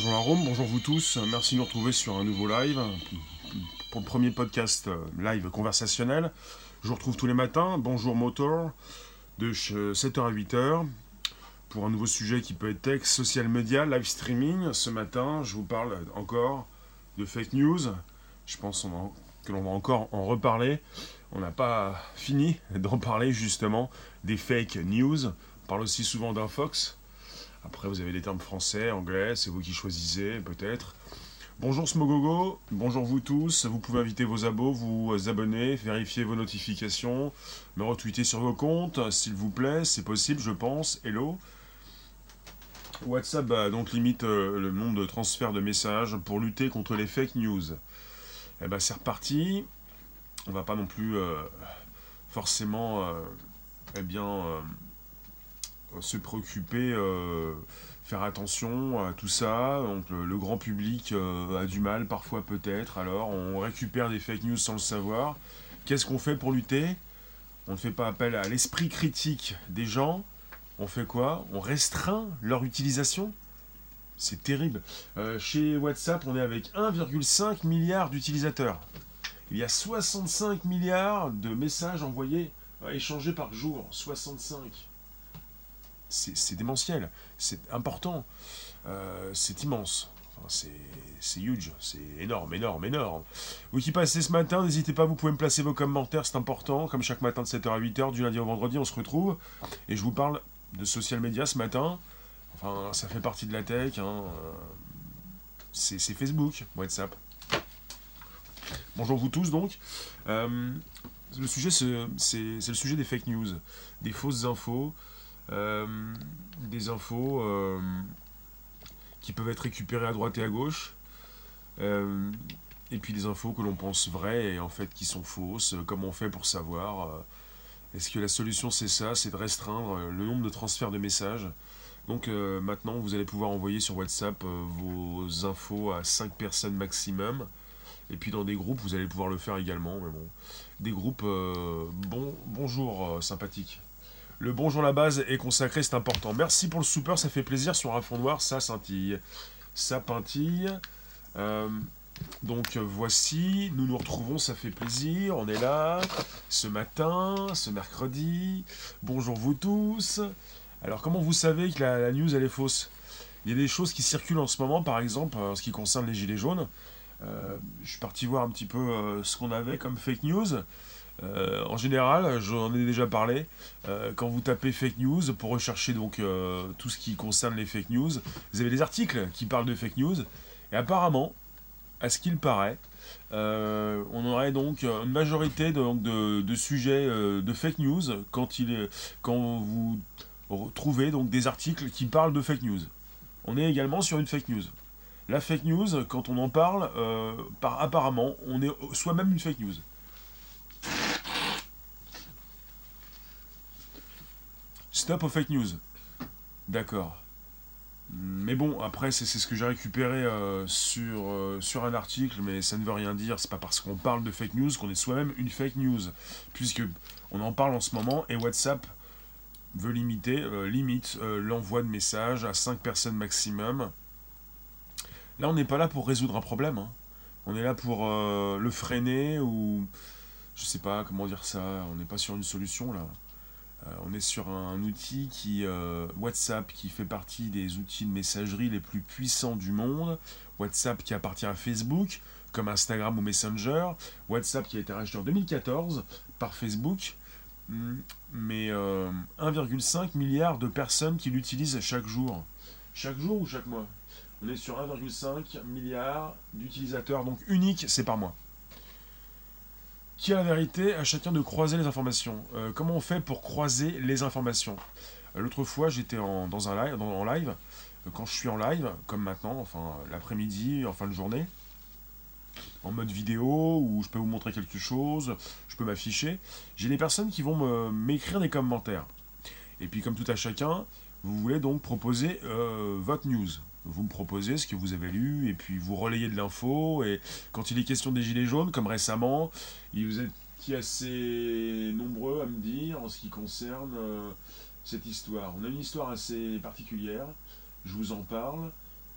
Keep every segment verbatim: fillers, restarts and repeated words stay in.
bonjour la Rome, bonjour vous tous, merci de nous retrouver sur un nouveau live, pour le premier podcast live conversationnel. Je vous retrouve tous les matins, bonjour Motor, de sept heures à huit heures, pour un nouveau sujet qui peut être tech, social media, live streaming. Ce matin, je vous parle encore de fake news, je pense que l'on va encore en reparler. On n'a pas fini d'en parler justement des fake news, on parle aussi souvent d'infox. Après, vous avez des termes français, anglais, c'est vous qui choisissez, peut-être. Bonjour Smogogo, bonjour vous tous. Vous pouvez inviter vos abos, vous abonner, vérifier vos notifications, me retweeter sur vos comptes, s'il vous plaît, c'est possible, je pense. Hello. WhatsApp bah, donc limite euh, le nombre de transferts de messages pour lutter contre les fake news. Eh ben c'est reparti. On va pas non plus euh, forcément, euh, eh bien. Euh, se préoccuper, euh, faire attention à tout ça. Donc le, le grand public euh, a du mal parfois peut-être, alors on récupère des fake news sans le savoir. Qu'est-ce qu'on fait pour lutter? On ne fait pas appel à l'esprit critique des gens, on fait quoi? On restreint leur utilisation. C'est terrible. Euh, chez WhatsApp, on est avec un virgule cinq milliard d'utilisateurs. Il y a soixante-cinq milliards de messages envoyés, euh, échangés par jour. soixante-cinq. C'est, c'est démentiel, c'est important, euh, c'est immense, enfin, c'est, c'est huge, c'est énorme, énorme, énorme. Vous qui passez ce matin, n'hésitez pas, vous pouvez me placer vos commentaires, c'est important, comme chaque matin de sept heures à huit heures, du lundi au vendredi, on se retrouve, et je vous parle de social media ce matin, enfin, ça fait partie de la tech, hein, euh, c'est, c'est Facebook, WhatsApp. Bonjour vous tous donc, euh, le sujet c'est, c'est, c'est le sujet des fake news, des fausses infos, Euh, des infos euh, qui peuvent être récupérées à droite et à gauche, euh, et puis des infos que l'on pense vraies et en fait qui sont fausses. Comment on fait pour savoir euh, est-ce que la solution c'est ça, c'est de restreindre le nombre de transferts de messages. Donc euh, maintenant vous allez pouvoir envoyer sur WhatsApp euh, vos infos à cinq personnes maximum, et puis dans des groupes vous allez pouvoir le faire également, mais bon, des groupes euh, bon, bonjour euh, sympathique. Le bonjour la base est consacré, c'est important. Merci pour le super, ça fait plaisir. Sur un fond noir, ça scintille. Ça pintille. Euh, donc voici, nous nous retrouvons, ça fait plaisir. On est là, ce matin, ce mercredi. Bonjour vous tous. Alors comment vous savez que la, la news elle est fausse? Il y a des choses qui circulent en ce moment, par exemple, en ce qui concerne les gilets jaunes. Euh, je suis parti voir un petit peu euh, ce qu'on avait comme fake news. Euh, en général, j'en ai déjà parlé, euh, quand vous tapez fake news, pour rechercher donc euh, tout ce qui concerne les fake news, vous avez des articles qui parlent de fake news, et apparemment, à ce qu'il paraît, euh, on aurait donc une majorité de, donc, de, de sujets euh, de fake news quand, il est, quand vous trouvez donc des articles qui parlent de fake news. On est également sur une fake news. La fake news, quand on en parle, euh, par, apparemment, on est soi-même une fake news. Stop aux fake news. D'accord. Mais bon, après, c'est, c'est ce que j'ai récupéré euh, sur, euh, sur un article, mais ça ne veut rien dire. C'est pas parce qu'on parle de fake news qu'on est soi-même une fake news. Puisque on en parle en ce moment et WhatsApp veut limiter, euh, limite euh, l'envoi de messages à cinq personnes maximum. Là, on n'est pas là pour résoudre un problème. Hein. On est là pour euh, le freiner ou... Je sais pas comment dire ça. On n'est pas sur une solution là. Euh, on est sur un outil qui, euh, WhatsApp, qui fait partie des outils de messagerie les plus puissants du monde. WhatsApp qui appartient à Facebook, comme Instagram ou Messenger. WhatsApp qui a été racheté en deux mille quatorze par Facebook. Mais euh, un virgule cinq milliard de personnes qui l'utilisent chaque jour. Chaque jour ou chaque mois? On est sur un virgule cinq milliard d'utilisateurs, donc unique, c'est par mois. Qui a la vérité? À chacun de croiser les informations. Euh, comment on fait pour croiser les informations? euh, L'autre fois, j'étais en, dans un live, dans, en live. Euh, quand je suis en live, comme maintenant, enfin l'après-midi, en fin de journée, en mode vidéo, où je peux vous montrer quelque chose, je peux m'afficher, j'ai des personnes qui vont me, m'écrire des commentaires. Et puis, comme tout à chacun, vous voulez donc proposer euh, votre news. Vous me proposez ce que vous avez lu, et puis vous relayez de l'info, et quand il est question des gilets jaunes, comme récemment, vous êtes assez nombreux à me dire en ce qui concerne euh, cette histoire. On a une histoire assez particulière, je vous en parle,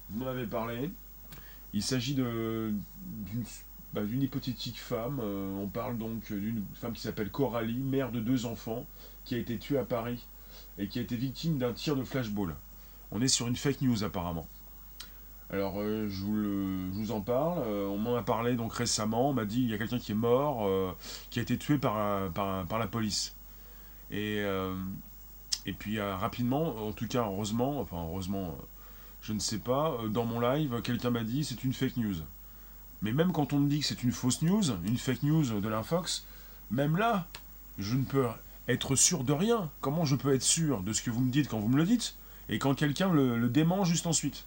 vous m'en avez parlé. Il s'agit de, d'une, bah, d'une hypothétique femme. Euh, on parle donc d'une femme qui s'appelle Coralie, mère de deux enfants, qui a été tuée à Paris et qui a été victime d'un tir de flashball. On est sur une fake news apparemment. Alors euh, je, vous le- je vous en parle. Euh, on m'en a parlé donc récemment. On m'a dit il y a quelqu'un qui est mort, euh, qui a été tué par, un- par, un- par la police. Et, euh, et puis euh, rapidement, en tout cas heureusement, enfin heureusement, euh, je ne sais pas, euh, dans mon live, quelqu'un m'a dit c'est une fake news. Mais même quand on me dit que c'est une fausse news, une fake news de l'Infox, même là, je ne peux être sûr de rien. Comment je peux être sûr de ce que vous me dites quand vous me le dites et quand quelqu'un le, le dément juste ensuite?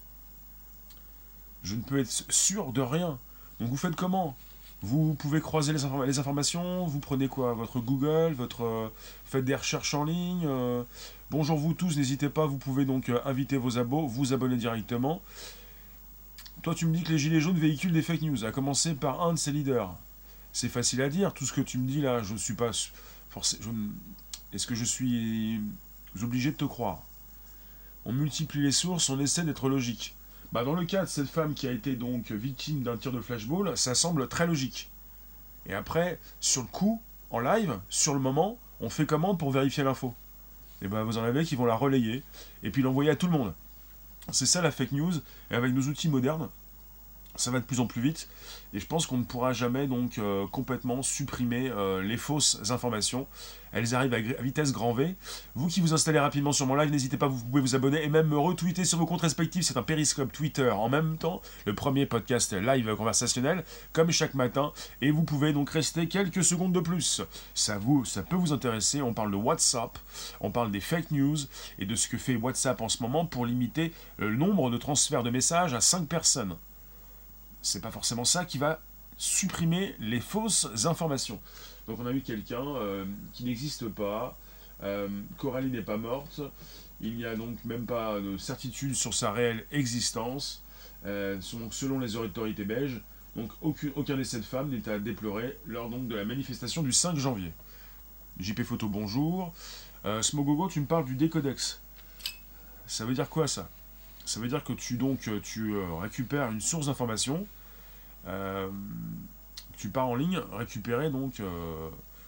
Je ne peux être sûr de rien. Donc vous faites comment? Vous pouvez croiser les, informa- les informations, vous prenez quoi? Votre Google, votre euh, faites des recherches en ligne. euh, bonjour vous tous, n'hésitez pas, vous pouvez donc euh, inviter vos abos, vous abonner directement. Toi tu me dis que les Gilets jaunes véhiculent des fake news, à commencer par un de ses leaders. C'est facile à dire, tout ce que tu me dis là, je ne suis pas forcément... Est-ce que je suis obligé de te croire? On multiplie les sources, on essaie d'être logique. Bah dans le cas de cette femme qui a été donc victime d'un tir de flashball, ça semble très logique. Et après, sur le coup, en live, sur le moment, on fait comment pour vérifier l'info? Et ben vous en avez qui vont la relayer et puis l'envoyer à tout le monde. C'est ça la fake news. Et avec nos outils modernes, ça va de plus en plus vite. Et je pense qu'on ne pourra jamais donc euh, complètement supprimer euh, les fausses informations. Elles arrivent à, à vitesse grand V. Vous qui vous installez rapidement sur mon live, n'hésitez pas, vous pouvez vous abonner et même me retweeter sur vos comptes respectifs. C'est un périscope Twitter en même temps. Le premier podcast live conversationnel, comme chaque matin. Et vous pouvez donc rester quelques secondes de plus. Ça, vous, ça peut vous intéresser. On parle de WhatsApp, on parle des fake news et de ce que fait WhatsApp en ce moment pour limiter le nombre de transferts de messages à cinq personnes. C'est pas forcément ça qui va supprimer les fausses informations. Donc on a eu quelqu'un euh, qui n'existe pas, euh, Coralie n'est pas morte, il n'y a donc même pas de certitude sur sa réelle existence, euh, donc, selon les autorités belges, donc aucun, aucun décès de femme n'est à déplorer lors donc de la manifestation du cinq janvier. J P Photo, bonjour. Euh, Smogogo, tu me parles du décodex. Ça veut dire quoi ça? Ça veut dire que tu donc tu euh, récupères une source d'information, euh, tu pars en ligne récupérer donc. Euh...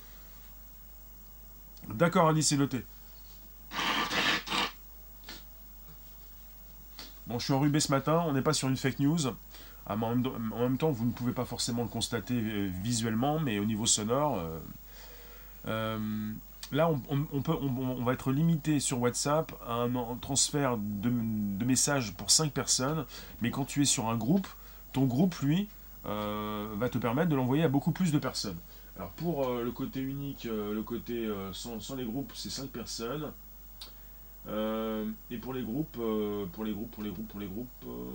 D'accord, Annie, c'est noté. Bon, je suis enrhumé ce matin, on n'est pas sur une fake news. Ah, mais en, même, en même temps, vous ne pouvez pas forcément le constater euh, visuellement, mais au niveau sonore. Euh, euh, Là, on, on, on peut, on, on va être limité sur WhatsApp à un, un transfert de, de messages pour cinq personnes, mais quand tu es sur un groupe, ton groupe, lui, euh, va te permettre de l'envoyer à beaucoup plus de personnes. Alors pour euh, le côté unique, euh, le côté euh, sans, sans les groupes, c'est cinq personnes. Euh, et pour les groupes, euh, pour les groupes, pour les groupes, pour les groupes, euh,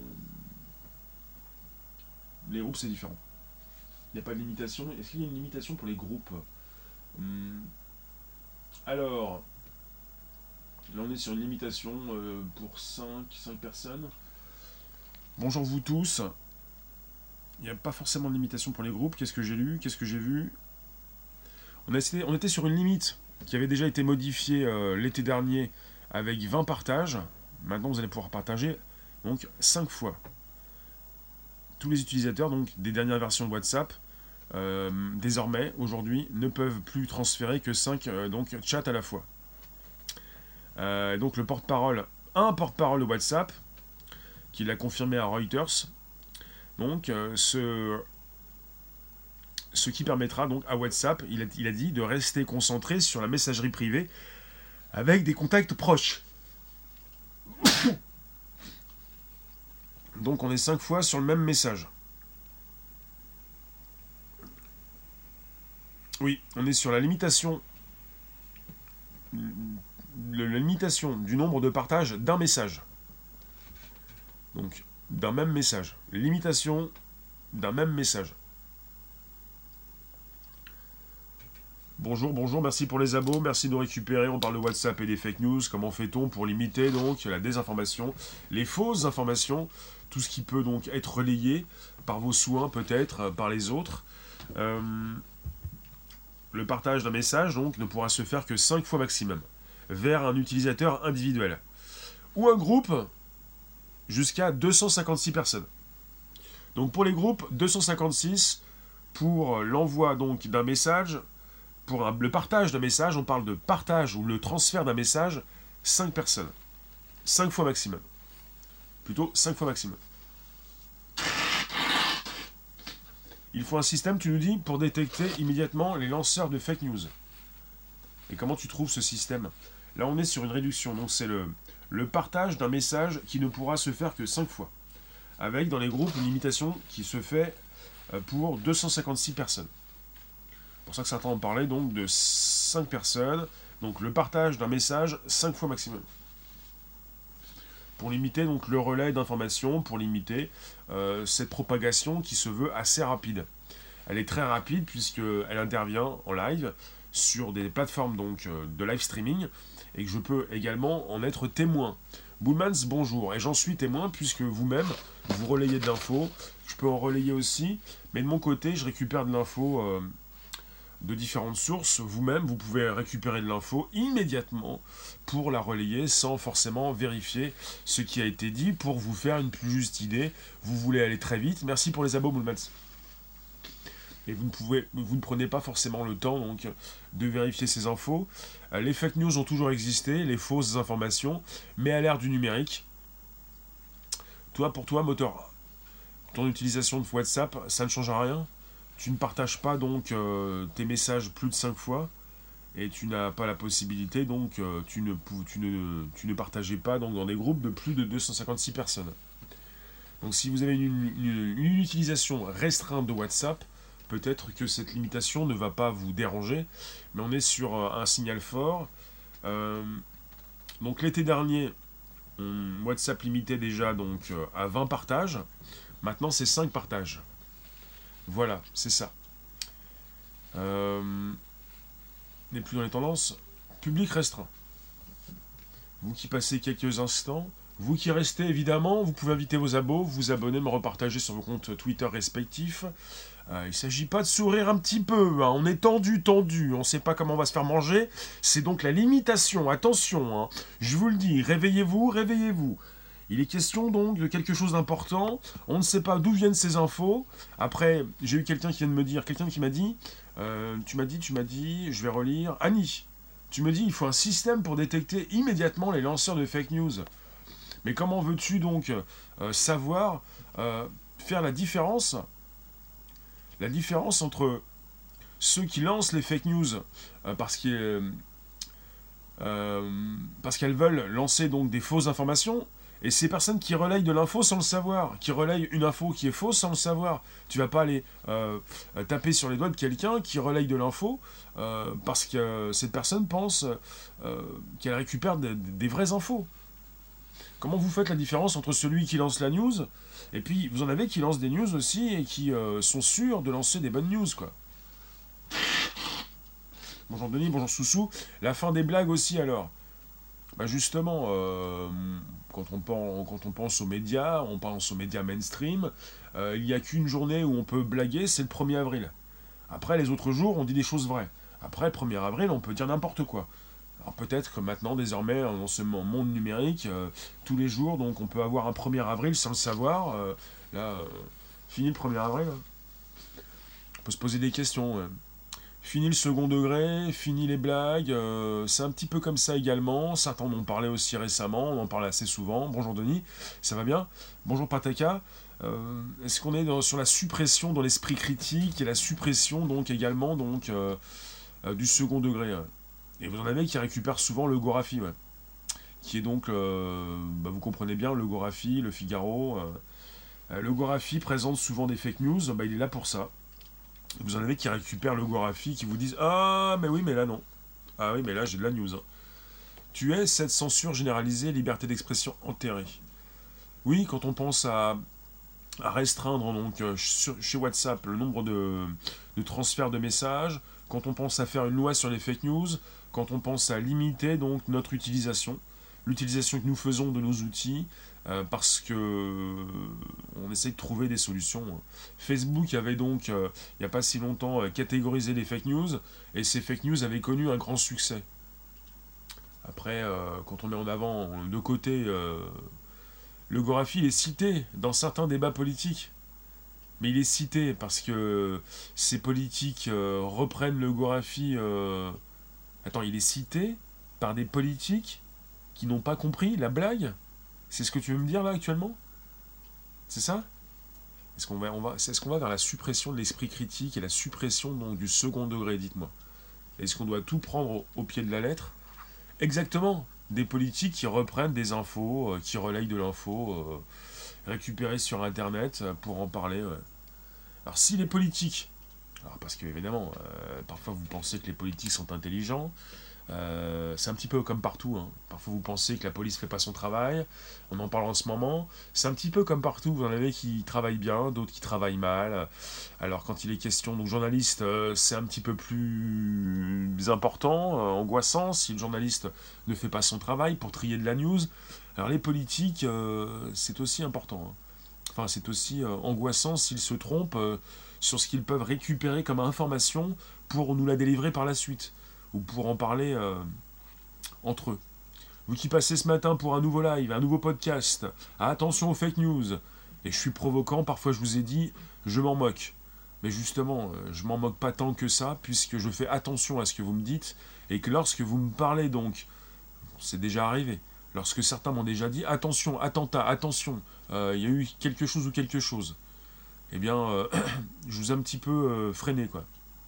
les groupes c'est différent. Il n'y a pas de limitation. Est-ce qu'il y a une limitation pour les groupes? Hum, Alors, là on est sur une limitation euh, pour cinq personnes. Bonjour vous tous. Il n'y a pas forcément de limitation pour les groupes. Qu'est-ce que j'ai lu? Qu'est-ce que j'ai vu? on, essayé, on était sur une limite qui avait déjà été modifiée euh, l'été dernier avec vingt partages. Maintenant vous allez pouvoir partager donc cinq fois. Tous les utilisateurs donc, des dernières versions de WhatsApp, euh, désormais, aujourd'hui, ne peuvent plus transférer que cinq euh, donc, chats à la fois. Euh, donc le porte-parole, un porte-parole de WhatsApp, qui l'a confirmé à Reuters, donc euh, ce, ce qui permettra donc à WhatsApp, il a, il a dit, de rester concentré sur la messagerie privée avec des contacts proches. Donc on est cinq fois sur le même message. Oui, on est sur la limitation, la limitation du nombre de partages d'un message. Donc, d'un même message. Limitation d'un même message. Bonjour, bonjour, merci pour les abos, merci de nous récupérer. On parle de WhatsApp et des fake news. Comment fait-on pour limiter donc la désinformation, les fausses informations, tout ce qui peut donc être relayé par vos soins, peut-être, par les autres. Euh, le partage d'un message donc ne pourra se faire que cinq fois maximum vers un utilisateur individuel ou un groupe jusqu'à deux cent cinquante-six personnes. Donc pour les groupes, deux cent cinquante-six pour l'envoi donc d'un message, pour un, le partage d'un message, on parle de partage ou le transfert d'un message, cinq personnes. cinq fois maximum. Plutôt cinq fois maximum. Il faut un système, tu nous dis, pour détecter immédiatement les lanceurs de fake news. Et comment tu trouves ce système? Là, on est sur une réduction. Donc, c'est le, le partage d'un message qui ne pourra se faire que cinq fois. Avec, dans les groupes, une limitation qui se fait pour deux cent cinquante-six personnes. C'est pour ça que certains en parlaient, donc, de cinq personnes. Donc, le partage d'un message cinq fois maximum. Pour limiter donc le relais d'informations, pour limiter euh, cette propagation qui se veut assez rapide. Elle est très rapide puisqu'elle intervient en live sur des plateformes donc, euh, de live streaming et que je peux également en être témoin. Boomans, bonjour, et j'en suis témoin puisque vous-même, vous relayez de l'info, je peux en relayer aussi, mais de mon côté, je récupère de l'info euh, de différentes sources. Vous-même, vous pouvez récupérer de l'info immédiatement pour la relayer sans forcément vérifier ce qui a été dit pour vous faire une plus juste idée. Vous voulez aller très vite. Merci pour les abos, Moulmans. Et vous ne, pouvez, vous ne prenez pas forcément le temps donc, de vérifier ces infos. Les fake news ont toujours existé, les fausses informations, mais à l'ère du numérique, toi, pour toi, moteur, ton utilisation de WhatsApp, ça ne change rien. Tu ne partages pas donc euh, tes messages plus de cinq fois et tu n'as pas la possibilité donc euh, tu, ne, tu, ne, tu ne partageais pas donc, dans des groupes de plus de deux cent cinquante-six personnes. Donc si vous avez une, une, une utilisation restreinte de WhatsApp, peut-être que cette limitation ne va pas vous déranger, mais on est sur euh, un signal fort. Euh, donc l'été dernier, on, WhatsApp limitait déjà donc, euh, à vingt partages, maintenant c'est cinq partages. Voilà, c'est ça. Euh, n'est plus dans les tendances. Public restreint. Vous qui passez quelques instants, vous qui restez évidemment, vous pouvez inviter vos abos, vous abonner, me repartager sur vos comptes Twitter respectifs. Euh, il ne s'agit pas de sourire un petit peu, hein. On est tendu, tendu, on ne sait pas comment on va se faire manger. C'est donc la limitation, attention, hein. Je vous le dis, réveillez-vous, réveillez-vous. Il est question donc de quelque chose d'important. On ne sait pas d'où viennent ces infos. Après, j'ai eu quelqu'un qui vient de me dire, quelqu'un qui m'a dit, euh, tu m'as dit, tu m'as dit, je vais relire. Annie, tu me dis, il faut un système pour détecter immédiatement les lanceurs de fake news. Mais comment veux-tu donc euh, savoir euh, faire la différence, la différence entre ceux qui lancent les fake news euh, parce qu'ils, euh, parce qu'elles veulent lancer donc des fausses informations. Et ces personnes qui relayent de l'info sans le savoir, qui relayent une info qui est fausse sans le savoir. Tu vas pas aller euh, taper sur les doigts de quelqu'un qui relaye de l'info euh, parce que euh, cette personne pense euh, qu'elle récupère des, des vraies infos. Comment vous faites la différence entre celui qui lance la news et puis vous en avez qui lancent des news aussi et qui euh, sont sûrs de lancer des bonnes news, quoi. Bonjour Denis, bonjour Soussou. La fin des blagues aussi alors. Bah justement, euh, quand, on pense, quand on pense aux médias, on pense aux médias mainstream, euh, il n'y a qu'une journée où on peut blaguer, c'est le premier avril. Après, les autres jours, on dit des choses vraies. Après, le premier avril, on peut dire n'importe quoi. Alors peut-être que maintenant, désormais, dans ce monde numérique, euh, tous les jours, donc on peut avoir un premier avril sans le savoir. Euh, là, euh, fini le premier avril. On peut se poser des questions. Ouais. Fini le second degré, fini les blagues, euh, c'est un petit peu comme ça également. Certains en ont parlé aussi récemment, on en parle assez souvent. Bonjour Denis, ça va bien? Bonjour Pataka. Euh, est-ce qu'on est dans, sur la suppression dans l'esprit critique et la suppression donc également donc, euh, euh, du second degré ouais. Et vous en avez qui récupèrent souvent le Gorafi, ouais. Qui est donc, euh, bah vous comprenez bien, le Gorafi, le Figaro. Euh, le Gorafi présente souvent des fake news, bah, il est là pour ça. Vous en avez qui récupèrent le Gorafi, qui vous disent « Ah, mais oui, mais là, non. Ah oui, mais là, j'ai de la news. » Tu es cette censure généralisée, liberté d'expression enterrée. Oui, quand on pense à, à restreindre donc, sur, chez WhatsApp le nombre de, de transferts de messages, quand on pense à faire une loi sur les fake news, quand on pense à limiter donc, notre utilisation, l'utilisation que nous faisons de nos outils, Euh, parce que euh, on essaie de trouver des solutions. Facebook avait donc, euh, il n'y a pas si longtemps, euh, catégorisé les fake news, et ces fake news avaient connu un grand succès. Après, euh, quand on met en avant de côté euh, Le Gorafi, il est cité dans certains débats politiques. Mais il est cité parce que ces politiques euh, reprennent le Gorafi. Euh... Attends, il est cité par des politiques qui n'ont pas compris la blague. C'est ce que tu veux me dire là actuellement? C'est ça? Est-ce qu'on va, on va, est-ce qu'on va vers la suppression de l'esprit critique et la suppression donc du second degré, dites-moi? Est-ce qu'on doit tout prendre au, au pied de la lettre? Exactement. Des politiques qui reprennent des infos, euh, qui relayent de l'info euh, récupérée sur Internet euh, pour en parler. Ouais. Alors si les politiques, alors parce que évidemment, euh, parfois vous pensez que les politiques sont intelligents, euh, c'est un petit peu comme partout. Hein. Parfois vous pensez que la police fait pas son travail, on en parle en ce moment. C'est un petit peu comme partout, vous en avez qui travaillent bien, d'autres qui travaillent mal. Alors quand il est question, donc journaliste, euh, c'est un petit peu plus important, euh, angoissant, si le journaliste ne fait pas son travail pour trier de la news. Alors les politiques, euh, c'est aussi important. Hein. Enfin, c'est aussi euh, angoissant s'ils se trompent euh, sur ce qu'ils peuvent récupérer comme information pour nous la délivrer par la suite, ou pour en parler euh, entre eux. Vous qui passez ce matin pour un nouveau live, un nouveau podcast, attention aux fake news. Et je suis provoquant, parfois je vous ai dit, je m'en moque. Mais justement, euh, je m'en moque pas tant que ça, puisque je fais attention à ce que vous me dites, et que lorsque vous me parlez donc, c'est déjà arrivé, lorsque certains m'ont déjà dit, attention, attentat, attention, il euh, y a eu quelque chose ou quelque chose, eh bien, euh, je vous ai un petit peu euh, freiné, quoi.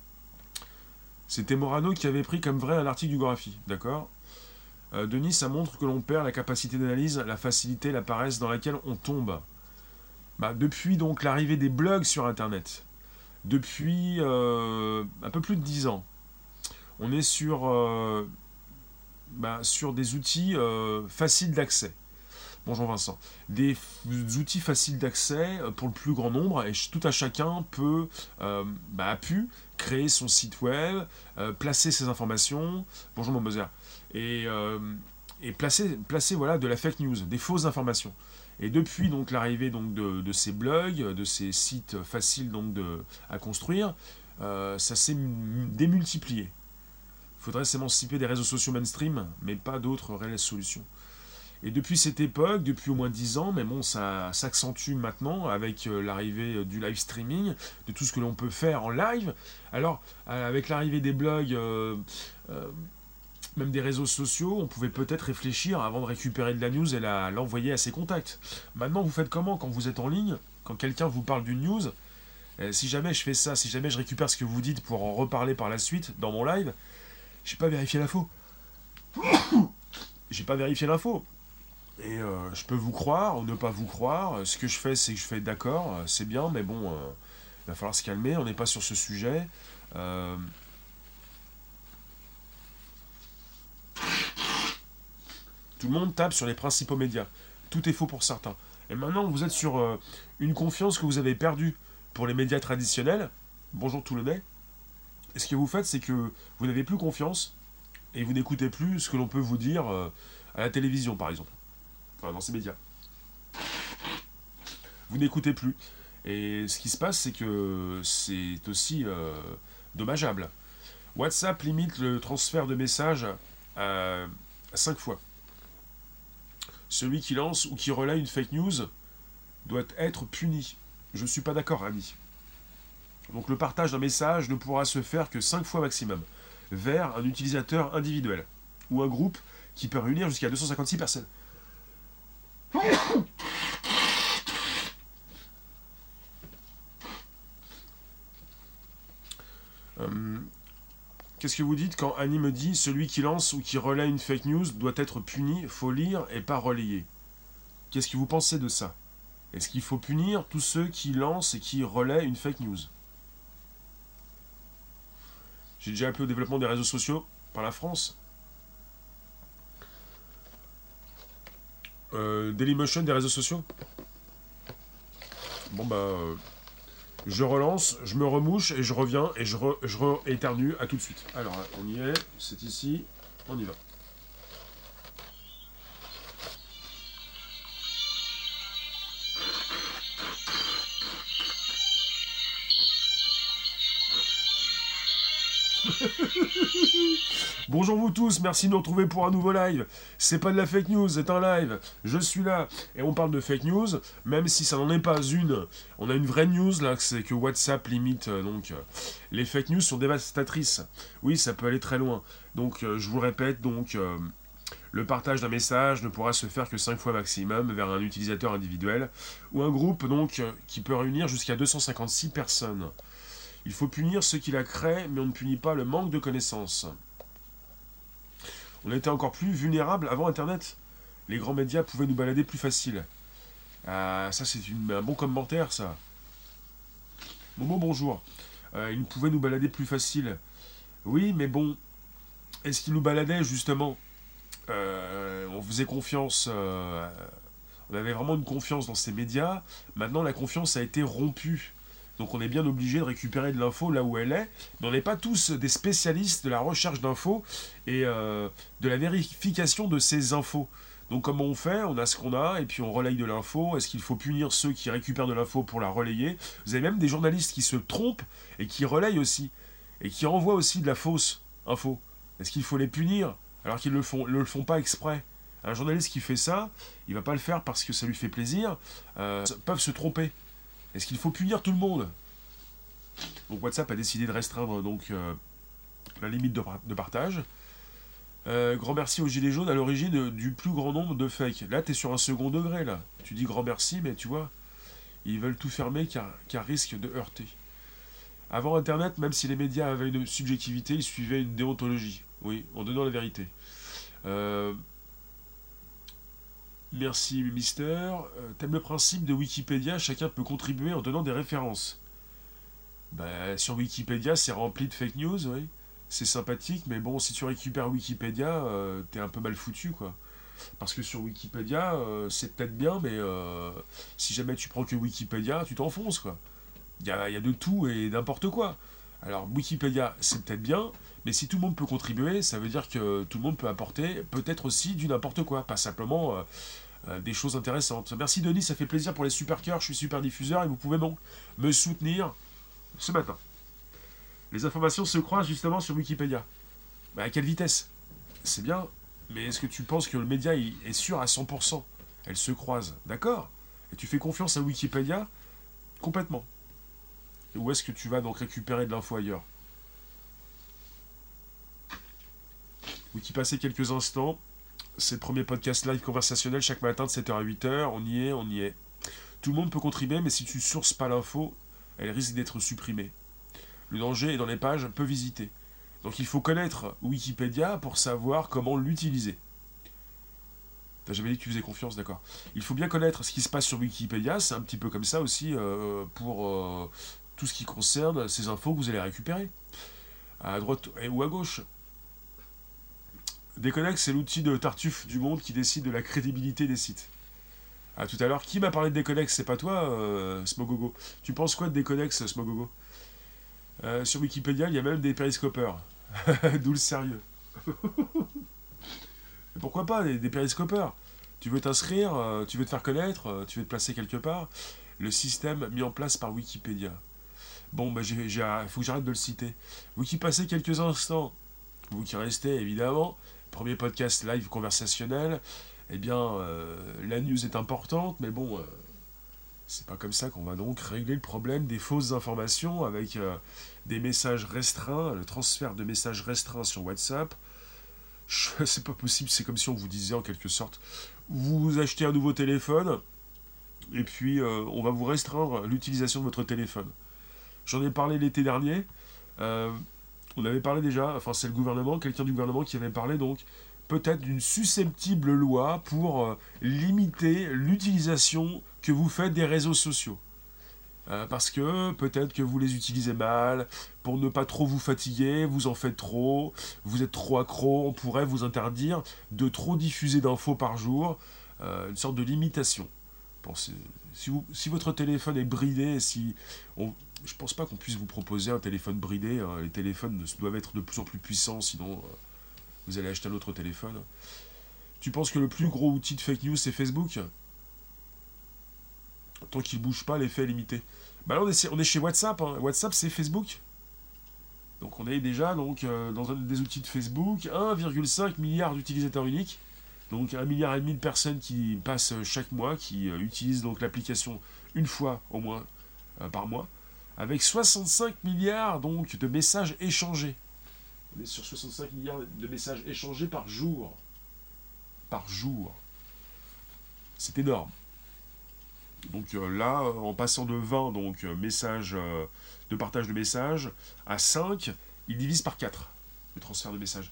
C'était Morano qui avait pris comme vrai un article du Gorafi, d'accord? euh, Denis, ça montre que l'on perd la capacité d'analyse, la facilité, la paresse dans laquelle on tombe. Bah, depuis donc l'arrivée des blogs sur Internet, depuis euh, un peu plus de dix ans, on est sur, euh, bah, sur des outils euh, faciles d'accès. Bonjour Vincent. Des f- outils faciles d'accès pour le plus grand nombre et ch- tout à chacun peut, euh, bah, a pu créer son site web, euh, placer ses informations. Bonjour mon buzzer. Et, euh, et placer, placer voilà, de la fake news, des fausses informations. Et depuis donc l'arrivée donc de, de ces blogs, de ces sites faciles donc de, à construire, euh, ça s'est m- démultiplié. Il faudrait s'émanciper des réseaux sociaux mainstream, mais pas d'autres réelles solutions. Et depuis cette époque, depuis au moins dix ans, mais bon, ça s'accentue maintenant avec euh, l'arrivée euh, du live streaming, de tout ce que l'on peut faire en live. Alors, euh, avec l'arrivée des blogs, euh, euh, même des réseaux sociaux, on pouvait peut-être réfléchir avant de récupérer de la news et la, l'envoyer à ses contacts. Maintenant, vous faites comment quand vous êtes en ligne, quand quelqu'un vous parle d'une news? euh, Si jamais je fais ça, si jamais je récupère ce que vous dites pour en reparler par la suite dans mon live, j'ai pas vérifié l'info. J'ai pas vérifié l'info. Et euh, je peux vous croire ou ne pas vous croire. Ce que je fais, c'est que je fais d'accord, euh, c'est bien, mais bon, euh, il va falloir se calmer, on n'est pas sur ce sujet. Euh, tout le monde tape sur les principaux médias. Tout est faux pour certains. Et maintenant, vous êtes sur euh, une confiance que vous avez perdue pour les médias traditionnels. Bonjour tout le monde. Et ce que vous faites, c'est que vous n'avez plus confiance et vous n'écoutez plus ce que l'on peut vous dire euh, à la télévision, par exemple. Enfin, dans ces médias. Vous n'écoutez plus. Et ce qui se passe, c'est que c'est aussi euh, dommageable. WhatsApp limite le transfert de messages à, à cinq fois. Celui qui lance ou qui relaie une fake news doit être puni. Je ne suis pas d'accord, ami. Donc le partage d'un message ne pourra se faire que cinq fois maximum, vers un utilisateur individuel, ou un groupe qui peut réunir jusqu'à deux cent cinquante-six personnes. Euh, Qu'est-ce que vous dites quand Annie me dit celui qui lance ou qui relaie une fake news doit être puni, faut lire et pas relayer? Qu'est-ce que vous pensez de ça? Est-ce qu'il faut punir tous ceux qui lancent et qui relaient une fake news? J'ai déjà appelé au développement des réseaux sociaux par la France. Euh, Dailymotion des réseaux sociaux. Bon bah, euh, je relance, je me remouche et je reviens et je, re, je re-éternue. À tout de suite. Alors, on y est, c'est ici, on y va. Bonjour vous tous, merci de nous retrouver pour un nouveau live. C'est pas de la fake news, c'est un live. Je suis là et on parle de fake news, même si ça n'en est pas une. On a une vraie news là, c'est que WhatsApp limite euh, donc euh, les fake news sont dévastatrices. Oui, ça peut aller très loin. Donc euh, je vous le répète, donc euh, le partage d'un message ne pourra se faire que cinq fois maximum vers un utilisateur individuel ou un groupe donc euh, qui peut réunir jusqu'à deux cent cinquante-six personnes. Il faut punir ceux qui la créent, mais on ne punit pas le manque de connaissances. On était encore plus vulnérables avant Internet. Les grands médias pouvaient nous balader plus facile. Ah, ça c'est une, un bon commentaire, ça. Momo, bonjour. Euh, ils pouvaient nous balader plus facile. Oui, mais bon, est-ce qu'ils nous baladaient justement euh, On faisait confiance. Euh, on avait vraiment une confiance dans ces médias. Maintenant, la confiance a été rompue. Donc on est bien obligé de récupérer de l'info là où elle est, mais on n'est pas tous des spécialistes de la recherche d'infos et euh, de la vérification de ces infos. Donc comment on fait? On a ce qu'on a et puis on relaye de l'info. Est-ce qu'il faut punir ceux qui récupèrent de l'info pour la relayer? Vous avez même des journalistes qui se trompent et qui relayent aussi, et qui envoient aussi de la fausse info. Est-ce qu'il faut les punir alors qu'ils ne le font, le font pas exprès? Un journaliste qui fait ça, il va pas le faire parce que ça lui fait plaisir, euh, peuvent se tromper. Est-ce qu'il faut punir tout le monde? Donc WhatsApp a décidé de restreindre donc, euh, la limite de, de partage. Euh, grand merci aux Gilets jaunes à l'origine du plus grand nombre de fakes. Là, tu es sur un second degré, là. Tu dis grand merci, mais tu vois, ils veulent tout fermer car, car risque de heurter. Avant Internet, même si les médias avaient une subjectivité, ils suivaient une déontologie. Oui, en donnant la vérité. Euh, Merci Mister. Euh, T'aimes le principe de Wikipédia, chacun peut contribuer en donnant des références. Bah, sur Wikipédia, c'est rempli de fake news, oui. C'est sympathique, mais bon, si tu récupères Wikipédia, euh, t'es un peu mal foutu, quoi. Parce que sur Wikipédia, euh, c'est peut-être bien, mais euh, si jamais tu prends que Wikipédia, tu t'enfonces, quoi. Il y a, y a de tout et n'importe quoi. Alors, Wikipédia, c'est peut-être bien, mais si tout le monde peut contribuer, ça veut dire que tout le monde peut apporter peut-être aussi du n'importe quoi, pas simplement... Euh, Euh, des choses intéressantes. Merci Denis, ça fait plaisir pour les super cœurs, je suis super diffuseur et vous pouvez donc me soutenir ce matin. Les informations se croisent justement sur Wikipédia. Bah, à quelle vitesse? C'est bien, mais est-ce que tu penses que le média est sûr à cent pour cent? Elles se croisent, d'accord? Et tu fais confiance à Wikipédia? Complètement. Et où est-ce que tu vas donc récupérer de l'info ailleurs? Wikipasser quelques instants. C'est le premier podcast live conversationnel chaque matin de sept heures à huit heures. On y est, on y est. Tout le monde peut contribuer, mais si tu ne sources pas l'info, elle risque d'être supprimée. Le danger est dans les pages peu visitées. Donc il faut connaître Wikipédia pour savoir comment l'utiliser. T'as jamais dit que tu faisais confiance, d'accord. Il faut bien connaître ce qui se passe sur Wikipédia. C'est un petit peu comme ça aussi euh, pour euh, tout ce qui concerne ces infos que vous allez récupérer. À droite ou à gauche. Déconnex, c'est l'outil de Tartuffe du monde qui décide de la crédibilité des sites. Ah, tout à l'heure, qui m'a parlé de Déconnex? C'est pas toi, euh, Smogogo. Tu penses quoi de Déconnex, Smogogo? euh, Sur Wikipédia, il y a même des périscopeurs. D'où le sérieux. Mais pourquoi pas, des, des périscopeurs? Tu veux t'inscrire, euh, tu veux te faire connaître, euh, tu veux te placer quelque part. Le système mis en place par Wikipédia. Bon, bah, il faut que j'arrête de le citer. Wikipasser quelques instants. Vous qui restez, évidemment. Premier podcast live conversationnel, eh bien, euh, la news est importante, mais bon, euh, c'est pas comme ça qu'on va donc régler le problème des fausses informations avec euh, des messages restreints, le transfert de messages restreints sur WhatsApp. C'est pas possible, c'est comme si on vous disait en quelque sorte, vous achetez un nouveau téléphone, et puis euh, on va vous restreindre l'utilisation de votre téléphone. J'en ai parlé l'été dernier. Euh, On avait parlé déjà, enfin c'est le gouvernement, quelqu'un du gouvernement qui avait parlé donc peut-être d'une susceptible loi pour euh, limiter l'utilisation que vous faites des réseaux sociaux. Euh, parce que peut-être que vous les utilisez mal, pour ne pas trop vous fatiguer, vous en faites trop, vous êtes trop accro, on pourrait vous interdire de trop diffuser d'infos par jour, euh, une sorte de limitation. Pensez, si, vous, si votre téléphone est bridé, si on, je pense pas qu'on puisse vous proposer un téléphone bridé. Hein. Les téléphones doivent être de plus en plus puissants, sinon euh, vous allez acheter un autre téléphone. Tu penses que le plus gros outil de fake news, c'est Facebook? Tant qu'il bouge pas, l'effet est limité. Bah là, on est, on est chez WhatsApp. Hein. WhatsApp, c'est Facebook. Donc on est déjà donc, euh, dans un des outils de Facebook, un virgule cinq milliard d'utilisateurs uniques, donc un milliard et demi de personnes qui passent chaque mois, qui euh, utilisent donc l'application une fois au moins euh, par mois, avec soixante-cinq milliards donc, de messages échangés. On est sur soixante-cinq milliards de messages échangés par jour. Par jour. C'est énorme. Donc euh, là, en passant de vingt donc, euh, messages, euh, de partage de messages à cinq, il divise par quatre le transfert de messages.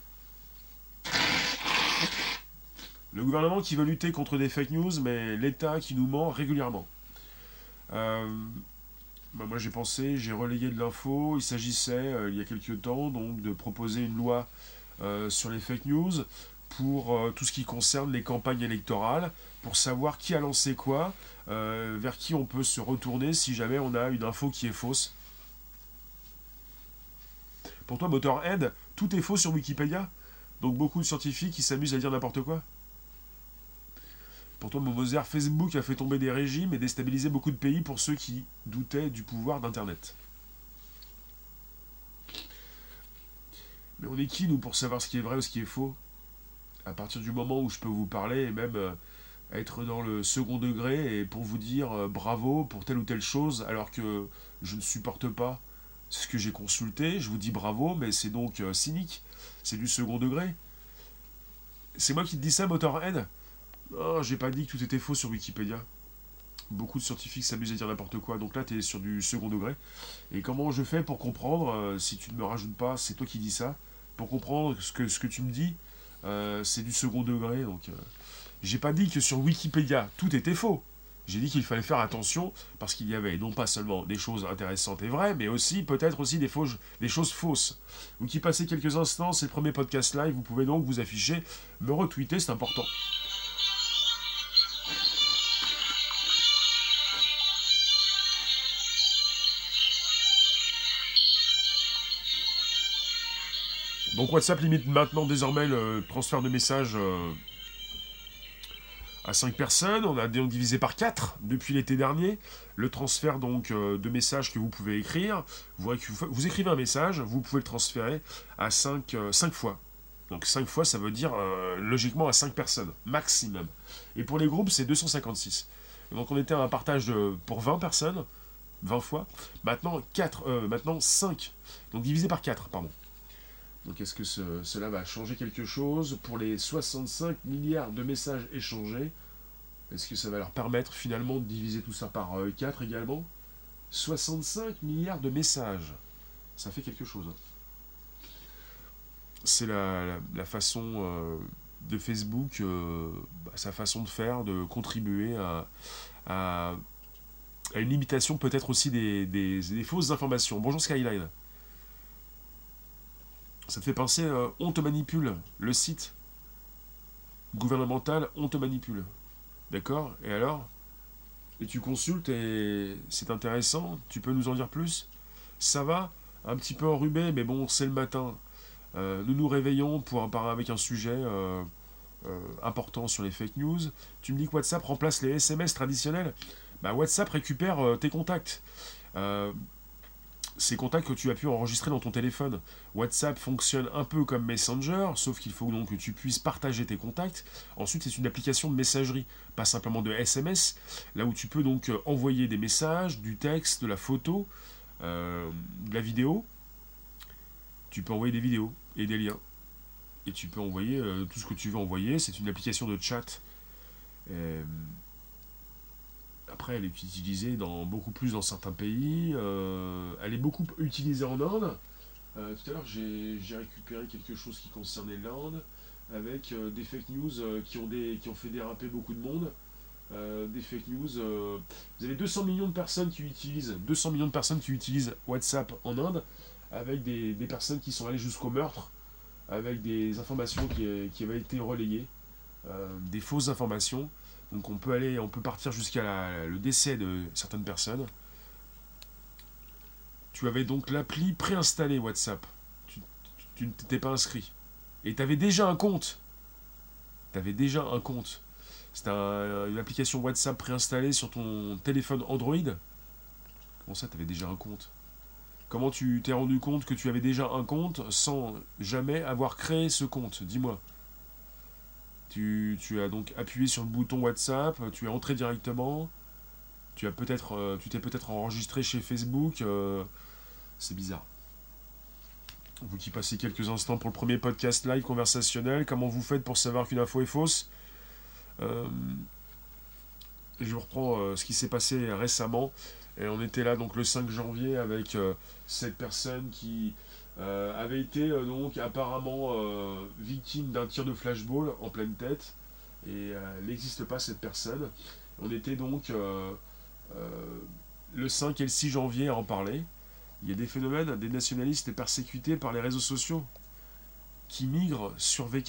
Le gouvernement qui veut lutter contre des fake news, mais l'État qui nous ment régulièrement. Euh, bah moi j'ai pensé, j'ai relayé de l'info. Il s'agissait, euh, il y a quelques temps, donc, de proposer une loi euh, sur les fake news pour euh, tout ce qui concerne les campagnes électorales, pour savoir qui a lancé quoi, euh, vers qui on peut se retourner si jamais on a une info qui est fausse. Pour toi, Motorhead, tout est faux sur Wikipédia? Donc beaucoup de scientifiques qui s'amusent à dire n'importe quoi? Pour toi, Momoser, Facebook a fait tomber des régimes et déstabilisé beaucoup de pays pour ceux qui doutaient du pouvoir d'Internet. Mais on est qui, nous, pour savoir ce qui est vrai ou ce qui est faux? À partir du moment où je peux vous parler et même euh, être dans le second degré et pour vous dire euh, bravo pour telle ou telle chose, alors que je ne supporte pas ce que j'ai consulté, je vous dis bravo, mais c'est donc euh, cynique. C'est du second degré. C'est moi qui te dis ça, Motorhead? Oh, j'ai pas dit que tout était faux sur Wikipédia. Beaucoup de scientifiques s'amusent à dire n'importe quoi, donc là tu es sur du second degré. Et comment je fais pour comprendre, euh, si tu ne me rajoutes pas, c'est toi qui dis ça, pour comprendre ce que, ce que tu me dis, euh, c'est du second degré. Donc, euh, j'ai pas dit que sur Wikipédia tout était faux. J'ai dit qu'il fallait faire attention parce qu'il y avait non pas seulement des choses intéressantes et vraies, mais aussi peut-être aussi des, fausses, des choses fausses. Vous qui passez quelques instants, c'est le premier podcast live, vous pouvez donc vous afficher, me retweeter, c'est important. Donc WhatsApp limite maintenant désormais le transfert de messages euh, à cinq personnes. On a donc divisé par quatre depuis l'été dernier. Le transfert donc euh, de messages que vous pouvez écrire. Vous, vous écrivez un message, vous pouvez le transférer à cinq, euh, cinq fois. Donc cinq fois, ça veut dire euh, logiquement à cinq personnes, maximum. Et pour les groupes, c'est deux cent cinquante-six. Donc on était à un partage de, pour vingt personnes, vingt fois. Maintenant, quatre, euh, maintenant cinq. Donc divisé par quatre, pardon. Donc est-ce que ce, cela va changer quelque chose pour les soixante-cinq milliards de messages échangés? Est-ce que ça va leur permettre finalement de diviser tout ça par euh, quatre également? soixante-cinq milliards de messages. Ça fait quelque chose. Hein. C'est la, la, la façon euh, de Facebook, euh, bah, sa façon de faire, de contribuer à, à, à une limitation peut-être aussi des, des, des fausses informations. Bonjour Skyline. Ça te fait penser, euh, on te manipule, le site gouvernemental, on te manipule. D'accord? Et alors? Et tu consultes et c'est intéressant, tu peux nous en dire plus? Ça va? Un petit peu enrhumé, mais bon, c'est le matin. Euh, nous nous réveillons pour en parler avec un sujet euh, euh, important sur les fake news. Tu me dis que WhatsApp remplace les S M S traditionnels? Bah, WhatsApp récupère euh, tes contacts. Euh, ces contacts que tu as pu enregistrer dans ton téléphone. WhatsApp fonctionne un peu comme Messenger, sauf qu'il faut donc que tu puisses partager tes contacts. Ensuite, c'est une application de messagerie, pas simplement de S M S, là où tu peux donc envoyer des messages, du texte, de la photo, euh, de la vidéo. Tu peux envoyer des vidéos et des liens. Et tu peux envoyer euh, tout ce que tu veux envoyer. C'est une application de chat. Euh, Après, elle est utilisée dans, beaucoup plus dans certains pays. Euh, elle est beaucoup utilisée en Inde. Euh, tout à l'heure, j'ai, j'ai récupéré quelque chose qui concernait l'Inde, avec euh, des fake news euh, qui, ont des, qui ont fait déraper beaucoup de monde. Euh, des fake news. Euh, vous avez deux cents millions de personnes qui utilisent, deux cents millions de personnes qui utilisent WhatsApp en Inde, avec des, des personnes qui sont allées jusqu'au meurtre, avec des informations qui, qui avaient été relayées, euh, des fausses informations. Donc on peut aller, on peut partir jusqu'à la, le décès de certaines personnes. Tu avais donc l'appli préinstallée WhatsApp. Tu, tu, tu ne t'étais pas inscrit. Et tu avais déjà un compte. Tu avais déjà un compte. C'était un, une application WhatsApp préinstallée sur ton téléphone Android. Comment ça, tu avais déjà un compte? Comment tu t'es rendu compte que tu avais déjà un compte sans jamais avoir créé ce compte? Dis-moi. Tu, tu as donc appuyé sur le bouton WhatsApp, tu es entré directement, tu as peut-être, euh, tu t'es peut-être enregistré chez Facebook. euh, c'est bizarre. Vous qui passez quelques instants pour le premier podcast live conversationnel, comment vous faites pour savoir qu'une info est fausse? Euh, et je reprends euh, ce qui s'est passé récemment. Et on était là donc le cinq janvier avec euh, cette personne qui euh, avait été euh, donc apparemment euh, victime d'un tir de flashball en pleine tête. Et euh, elle n'existe pas cette personne. On était donc euh, euh, le cinq et le six janvier à en parler. Il y a des phénomènes, des nationalistes persécutés par les réseaux sociaux qui migrent sur V K.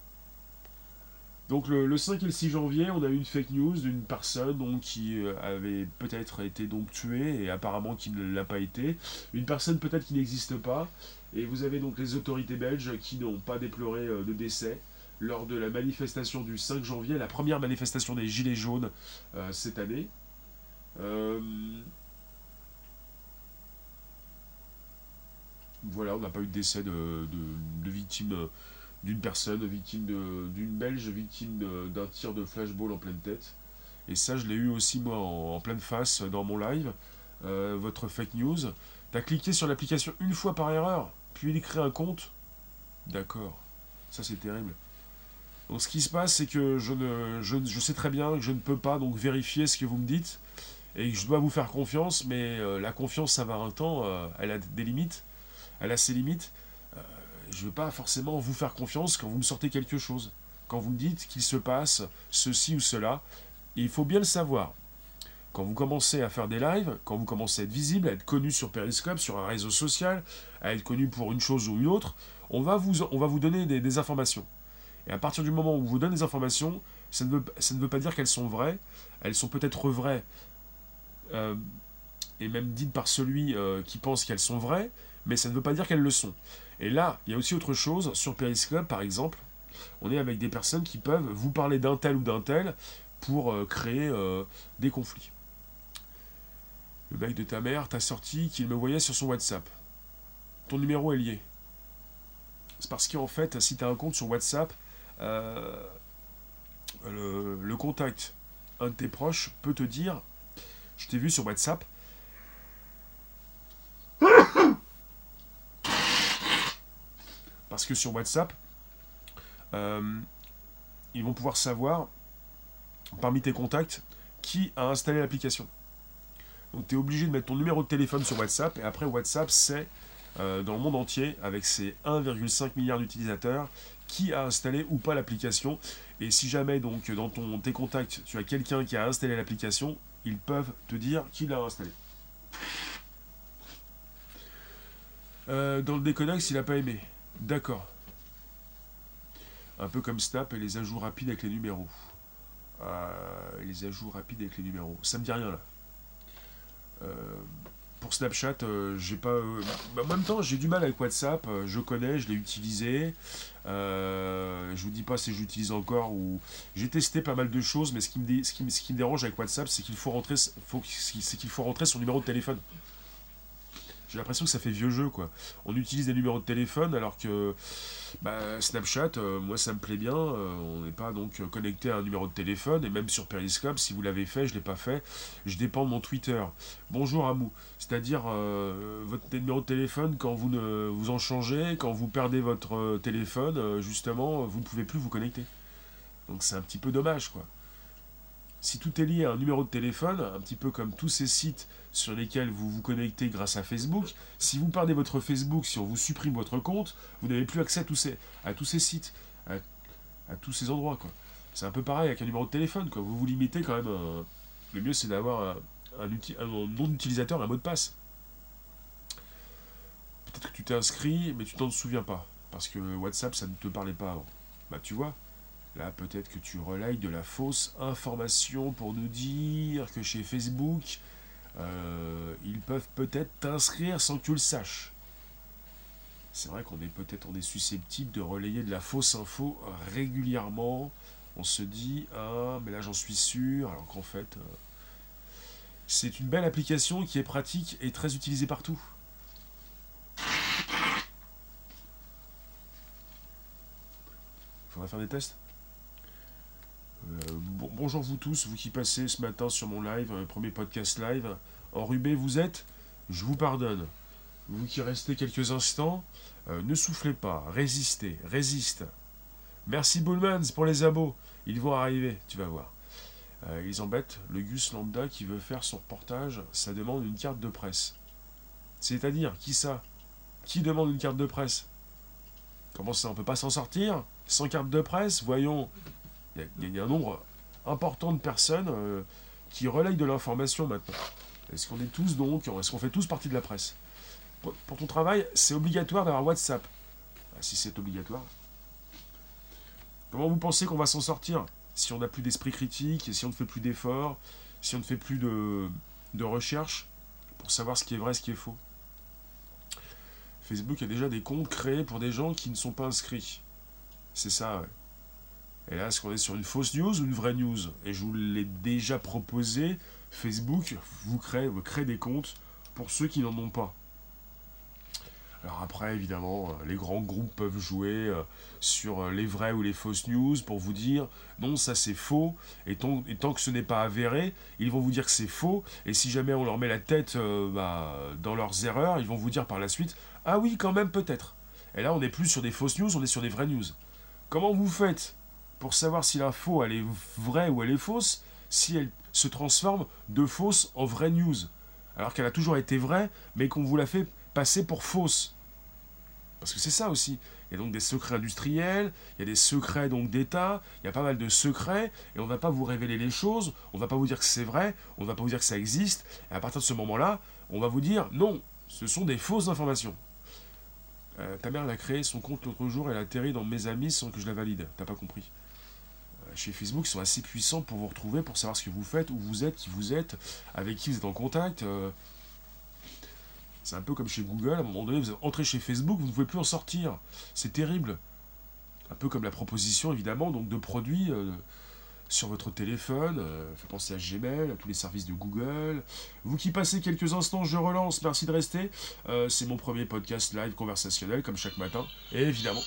Donc le, le cinq et le six janvier, on a eu une fake news d'une personne donc, qui euh, avait peut-être été donc tuée et apparemment qui ne l'a pas été. Une personne peut-être qui n'existe pas. Et vous avez donc les autorités belges qui n'ont pas déploré euh, de décès lors de la manifestation du cinq janvier, la première manifestation des Gilets jaunes euh, cette année. Euh, voilà, on n'a pas eu de décès de, de, de victime euh, d'une personne, victime de- d'une Belge, victime de- d'un tir de flashball en pleine tête. Et ça, je l'ai eu aussi moi en, en pleine face dans mon live. Euh, votre fake news. T'as cliqué sur l'application une fois par erreur, puis il crée un compte. D'accord. Ça, c'est terrible. Donc, ce qui se passe, c'est que je, ne, je, je sais très bien que je ne peux pas donc vérifier ce que vous me dites et que je dois vous faire confiance, mais euh, la confiance, ça va un temps, euh, elle a des limites, elle a ses limites. Euh, je ne veux pas forcément vous faire confiance quand vous me sortez quelque chose, quand vous me dites qu'il se passe ceci ou cela. Et il faut bien le savoir. Quand vous commencez à faire des lives, quand vous commencez à être visible, à être connu sur Periscope, sur un réseau social, à être connu pour une chose ou une autre, on va vous, on va vous donner des, des informations. Et à partir du moment où on vous donne des informations, ça ne veut, ça ne veut pas dire qu'elles sont vraies. Elles sont peut-être vraies, euh, et même dites par celui euh, qui pense qu'elles sont vraies, mais ça ne veut pas dire qu'elles le sont. Et là, il y a aussi autre chose. Sur Periscope, par exemple, on est avec des personnes qui peuvent vous parler d'un tel ou d'un tel pour euh, créer euh, des conflits. Le mec de ta mère t'a sorti qu'il me voyait sur son WhatsApp. Ton numéro est lié. C'est parce qu'en fait, si tu as un compte sur WhatsApp, euh, le, le contact, un de tes proches, peut te dire, je t'ai vu sur WhatsApp. Parce que sur WhatsApp, euh, ils vont pouvoir savoir, parmi tes contacts, qui a installé l'application. Donc tu es obligé de mettre ton numéro de téléphone sur WhatsApp, et après WhatsApp, c'est euh, dans le monde entier, avec ses un virgule cinq milliard d'utilisateurs, qui a installé ou pas l'application. Et si jamais donc dans ton, tes contacts, tu as quelqu'un qui a installé l'application, ils peuvent te dire qui l'a installé. Euh, dans le déconnex, il n'a pas aimé. D'accord. Un peu comme Snap et les ajouts rapides avec les numéros. Euh, les ajouts rapides avec les numéros. Ça me dit rien là. Euh, pour Snapchat, euh, j'ai pas. euh, bah, en même temps, j'ai du mal avec WhatsApp. euh, je connais, je l'ai utilisé. Euh, je vous dis pas si je l'utilise encore ou. J'ai testé pas mal de choses, mais ce qui me, dé- ce qui, me- ce qui me dérange avec WhatsApp, c'est qu'il faut rentrer, faut, c'est qu'il faut rentrer son numéro de téléphone. J'ai l'impression que ça fait vieux jeu, quoi. On utilise des numéros de téléphone alors que bah, Snapchat, euh, moi ça me plaît bien. euh, on n'est pas donc connecté à un numéro de téléphone. Et même sur Periscope, si vous l'avez fait, je ne l'ai pas fait, je dépends de mon Twitter. Bonjour Amou. C'est-à-dire euh, votre numéro de téléphone, quand vous, ne, vous en changez, quand vous perdez votre euh, téléphone, euh, justement, vous ne pouvez plus vous connecter. Donc c'est un petit peu dommage, quoi. Si tout est lié à un numéro de téléphone, un petit peu comme tous ces sites sur lesquels vous vous connectez grâce à Facebook, si vous perdez votre Facebook, si on vous supprime votre compte, vous n'avez plus accès à tous ces, à tous ces sites, à, à tous ces endroits, quoi. C'est un peu pareil avec un numéro de téléphone, quoi. Vous vous limitez quand même. un- Le mieux, c'est d'avoir un, un, uti- un nom d'utilisateur, un mot de passe. Peut-être que tu t'es inscrit, mais tu t'en souviens pas. Parce que WhatsApp, ça ne te parlait pas avant. Bah, tu vois. Là, peut-être que tu relayes de la fausse information pour nous dire que chez Facebook, euh, ils peuvent peut-être t'inscrire sans que tu le saches. C'est vrai qu'on est peut-être on est susceptible de relayer de la fausse info régulièrement. On se dit, ah, mais là j'en suis sûr, alors qu'en fait, euh, c'est une belle application qui est pratique et très utilisée partout. On va faire des tests. Euh, bon, bonjour vous tous, vous qui passez ce matin sur mon live, euh, premier podcast live. Enrhumé vous êtes, je vous pardonne. Vous qui restez quelques instants, euh, ne soufflez pas, résistez, résiste. Merci Bullmans pour les abos, ils vont arriver, tu vas voir. Euh, ils embêtent le Gus Lambda qui veut faire son reportage, ça demande une carte de presse. C'est-à-dire, qui ça? Qui demande une carte de presse? Comment ça, on peut pas s'en sortir sans carte de presse? Voyons, il y, y a un nombre important de personnes euh, qui relayent de l'information maintenant. Est-ce qu'on est tous donc, est-ce qu'on fait tous partie de la presse? pour, pour ton travail, c'est obligatoire d'avoir WhatsApp. Ah, si c'est obligatoire. Comment vous pensez qu'on va s'en sortir si on n'a plus d'esprit critique, si on ne fait plus d'efforts, si on ne fait plus de, de recherche pour savoir ce qui est vrai, ce qui est faux? Facebook a déjà des comptes créés pour des gens qui ne sont pas inscrits. C'est ça, ouais. Et là, est-ce qu'on est sur une fausse news ou une vraie news? Et je vous l'ai déjà proposé, Facebook vous crée, vous crée des comptes pour ceux qui n'en ont pas. Alors après, évidemment, les grands groupes peuvent jouer sur les vraies ou les fausses news pour vous dire non, ça c'est faux, et tant, et tant que ce n'est pas avéré, ils vont vous dire que c'est faux, et si jamais on leur met la tête euh, bah, dans leurs erreurs, ils vont vous dire par la suite ah oui, quand même, peut-être. Et là, on n'est plus sur des fausses news, on est sur des vraies news. Comment vous faites pour savoir si l'info elle est vraie ou elle est fausse si elle se transforme de fausse en vraie news, alors qu'elle a toujours été vraie, mais qu'on vous la fait passer pour fausse? Parce que c'est ça aussi. Il y a donc des secrets industriels, il y a des secrets donc d'État, il y a pas mal de secrets, et on ne va pas vous révéler les choses, on ne va pas vous dire que c'est vrai, on ne va pas vous dire que ça existe, et à partir de ce moment-là, on va vous dire non, ce sont des fausses informations. Euh, ta mère elle a créé son compte l'autre jour, elle a atterri dans Mes Amis sans que je la valide. T'as pas compris. Euh, chez Facebook, ils sont assez puissants pour vous retrouver, pour savoir ce que vous faites, où vous êtes, qui vous êtes, avec qui vous êtes en contact. Euh, c'est un peu comme chez Google, à un moment donné, vous entrez chez Facebook, vous ne pouvez plus en sortir. C'est terrible. Un peu comme la proposition, évidemment, donc de produits euh, sur votre téléphone. Euh, fait penser à Gmail, à tous les services de Google. Vous qui passez quelques instants, je relance, merci de rester. Euh, c'est mon premier podcast live conversationnel, comme chaque matin. Et évidemment...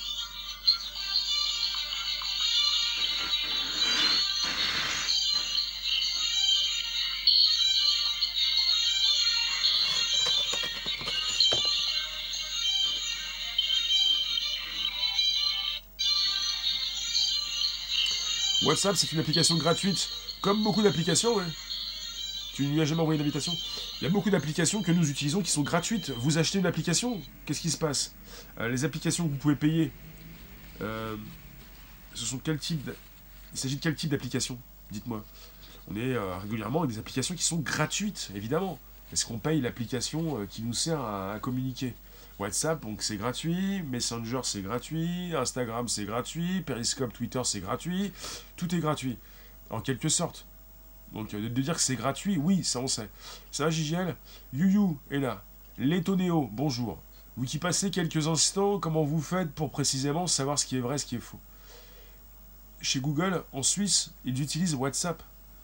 WhatsApp, c'est une application gratuite, comme beaucoup d'applications, ouais. Tu ne lui as jamais envoyé d'invitation? Il y a beaucoup d'applications que nous utilisons qui sont gratuites. Vous achetez une application, qu'est-ce qui se passe? euh, Les applications que vous pouvez payer, euh, ce sont quel type de... Il s'agit de quel type d'application? Dites-moi. On est euh, régulièrement avec des applications qui sont gratuites, évidemment. Est-ce qu'on paye l'application euh, qui nous sert à, à communiquer? WhatsApp, donc c'est gratuit, Messenger c'est gratuit, Instagram c'est gratuit, Periscope, Twitter c'est gratuit, tout est gratuit, en quelque sorte. Donc de, de dire que c'est gratuit, oui, ça on sait. Ça va, J G L? Youyou est là. Letonéo, bonjour. Vous qui passez quelques instants, comment vous faites pour précisément savoir ce qui est vrai, ce qui est faux? Chez Google, en Suisse, ils utilisent WhatsApp.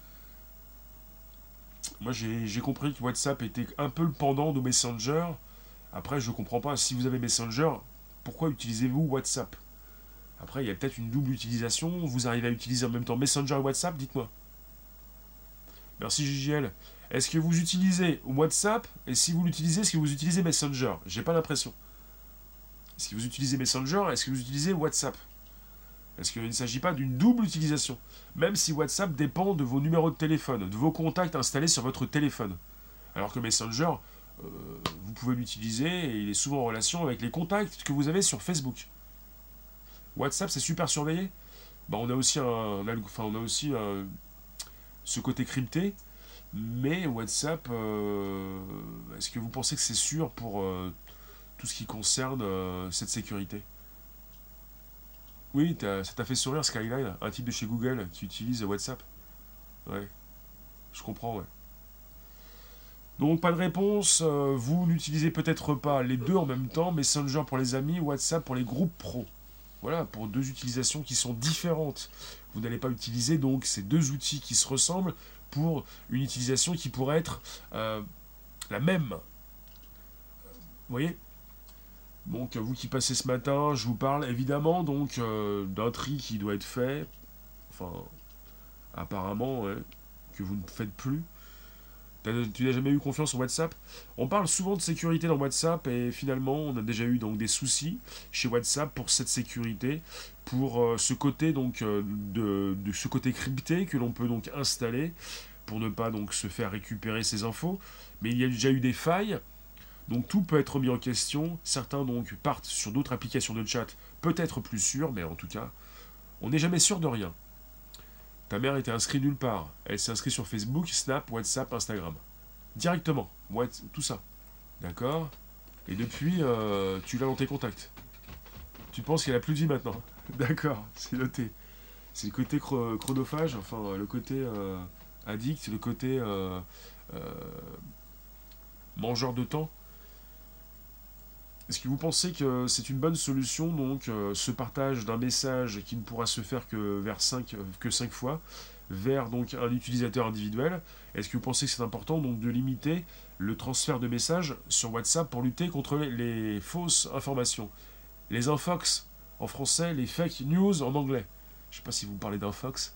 Moi j'ai, j'ai compris que WhatsApp était un peu le pendant de Messenger. Après, je ne comprends pas, si vous avez Messenger, pourquoi utilisez-vous WhatsApp? Après, il y a peut-être une double utilisation, vous arrivez à utiliser en même temps Messenger et WhatsApp, dites-moi. Merci J J L. Est-ce que vous utilisez WhatsApp? Et si vous l'utilisez, est-ce que vous utilisez Messenger? J'ai pas l'impression. Est-ce que vous utilisez Messenger? Est-ce que vous utilisez WhatsApp? Est-ce qu'il ne s'agit pas d'une double utilisation? Même si WhatsApp dépend de vos numéros de téléphone, de vos contacts installés sur votre téléphone. Alors que Messenger... Euh, vous pouvez l'utiliser et il est souvent en relation avec les contacts que vous avez sur Facebook. WhatsApp, c'est super surveillé. Bah, on a aussi, un, on a, enfin, on a aussi un, ce côté crypté, mais WhatsApp, euh, est-ce que vous pensez que c'est sûr pour euh, tout ce qui concerne euh, cette sécurité? Oui, ça t'a fait sourire Skyline, un type de chez Google qui utilise WhatsApp. Ouais, je comprends, ouais. Donc pas de réponse, euh, vous n'utilisez peut-être pas les deux en même temps, Messenger pour les amis, WhatsApp pour les groupes pro. Voilà, pour deux utilisations qui sont différentes. Vous n'allez pas utiliser donc ces deux outils qui se ressemblent pour une utilisation qui pourrait être euh, la même. Vous voyez? Donc vous qui passez ce matin, je vous parle évidemment donc euh, d'un tri qui doit être fait. Enfin, apparemment, ouais, que vous ne faites plus. T'as- Tu n'as jamais eu confiance en WhatsApp? On parle souvent de sécurité dans WhatsApp et finalement on a déjà eu donc des soucis chez WhatsApp pour cette sécurité, pour euh, ce côté donc euh, de, de ce côté crypté que l'on peut donc installer pour ne pas donc se faire récupérer ses infos. Mais il y a déjà eu des failles, donc tout peut être mis en question. Certains donc partent sur d'autres applications de chat, peut-être plus sûres, mais en tout cas, on n'est jamais sûr de rien. Ta mère était inscrite nulle part. Elle s'est inscrite sur Facebook, Snap, WhatsApp, Instagram. Directement. What, tout ça. D'accord? Et depuis, euh, tu l'as dans tes contacts. Tu penses qu'elle a plus de vie maintenant. D'accord, c'est noté. C'est le côté chro- chronophage, enfin le côté euh, addict, le côté euh, euh, mangeur de temps. Est-ce que vous pensez que c'est une bonne solution, donc, euh, ce partage d'un message qui ne pourra se faire que vers cinq que cinq fois, vers donc un utilisateur individuel? Est-ce que vous pensez que c'est important donc de limiter le transfert de messages sur WhatsApp pour lutter contre les, les fausses informations? Les infox en français, les fake news en anglais. Je ne sais pas si vous parlez d'infox.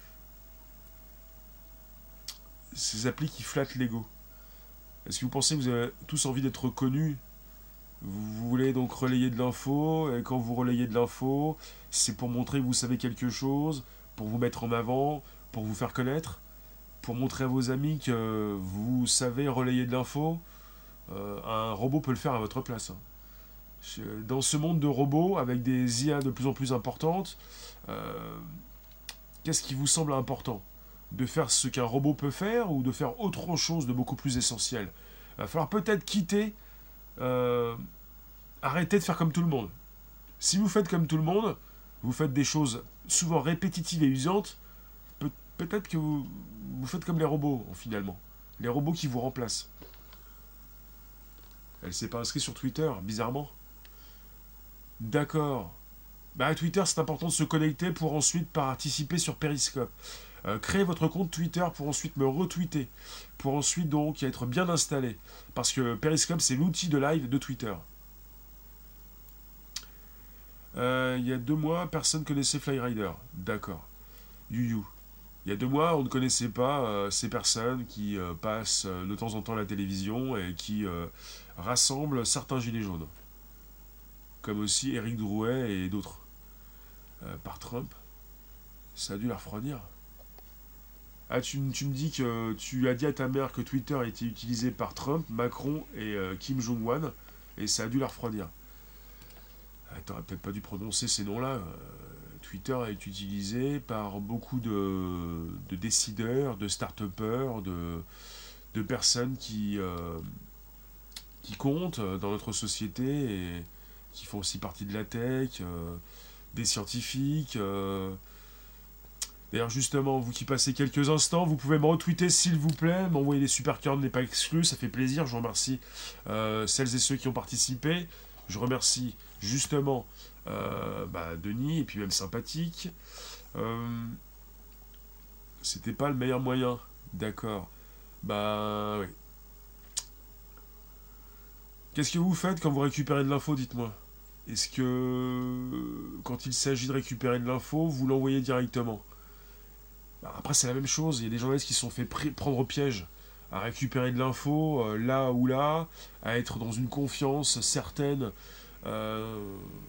Ces applis qui flattent l'ego. Est-ce que vous pensez que vous avez tous envie d'être connus? Vous voulez donc relayer de l'info, et quand vous relayez de l'info, c'est pour montrer que vous savez quelque chose, pour vous mettre en avant, pour vous faire connaître, pour montrer à vos amis que vous savez relayer de l'info. Euh, un robot peut le faire à votre place, hein. Dans ce monde de robots, avec des I A de plus en plus importantes, euh, qu'est-ce qui vous semble important? De faire ce qu'un robot peut faire ou de faire autre chose de beaucoup plus essentiel? Il va falloir peut-être quitter... euh, arrêtez de faire comme tout le monde. Si vous faites comme tout le monde, vous faites des choses souvent répétitives et usantes, peut- peut-être que vous, vous faites comme les robots, finalement. Les robots qui vous remplacent. Elle s'est pas inscrite sur Twitter, bizarrement. D'accord. Bah, Twitter, c'est important de se connecter pour ensuite participer sur Periscope. Euh, créez votre compte Twitter pour ensuite me retweeter. Pour ensuite donc être bien installé. Parce que Periscope, c'est l'outil de live de Twitter. Euh, il y a deux mois, personne connaissait Flyrider. D'accord. You Il y a deux mois, on ne connaissait pas euh, ces personnes qui euh, passent euh, de temps en temps à la télévision et qui euh, rassemblent certains gilets jaunes. Comme aussi Éric Drouet et d'autres. Euh, par Trump, ça a dû la refroidir. Ah, tu, tu me dis que tu as dit à ta mère que Twitter a été utilisé par Trump, Macron et euh, Kim Jong-un, et ça a dû la refroidir. Ah, t'aurais peut-être pas dû prononcer ces noms-là. Euh, Twitter est utilisé par beaucoup de, de décideurs, de start-upers, de, de personnes qui, euh, qui comptent dans notre société et qui font aussi partie de la tech, euh, des scientifiques. euh. D'ailleurs, justement, vous qui passez quelques instants, vous pouvez me retweeter s'il vous plaît, m'envoyer des super cards n'est pas exclu, ça fait plaisir. Je remercie euh, celles et ceux qui ont participé. Je remercie justement euh, bah, Denis et puis même Sympathique. Euh, C'était pas le meilleur moyen, d'accord. Bah oui. Qu'est-ce que vous faites quand vous récupérez de l'info, dites-moi? Est-ce que quand il s'agit de récupérer de l'info, vous l'envoyez directement? Bah, après, c'est la même chose. Il y a des journalistes qui se sont fait pr- prendre au piège à récupérer de l'info euh, là ou là, à être dans une confiance certaine. Euh,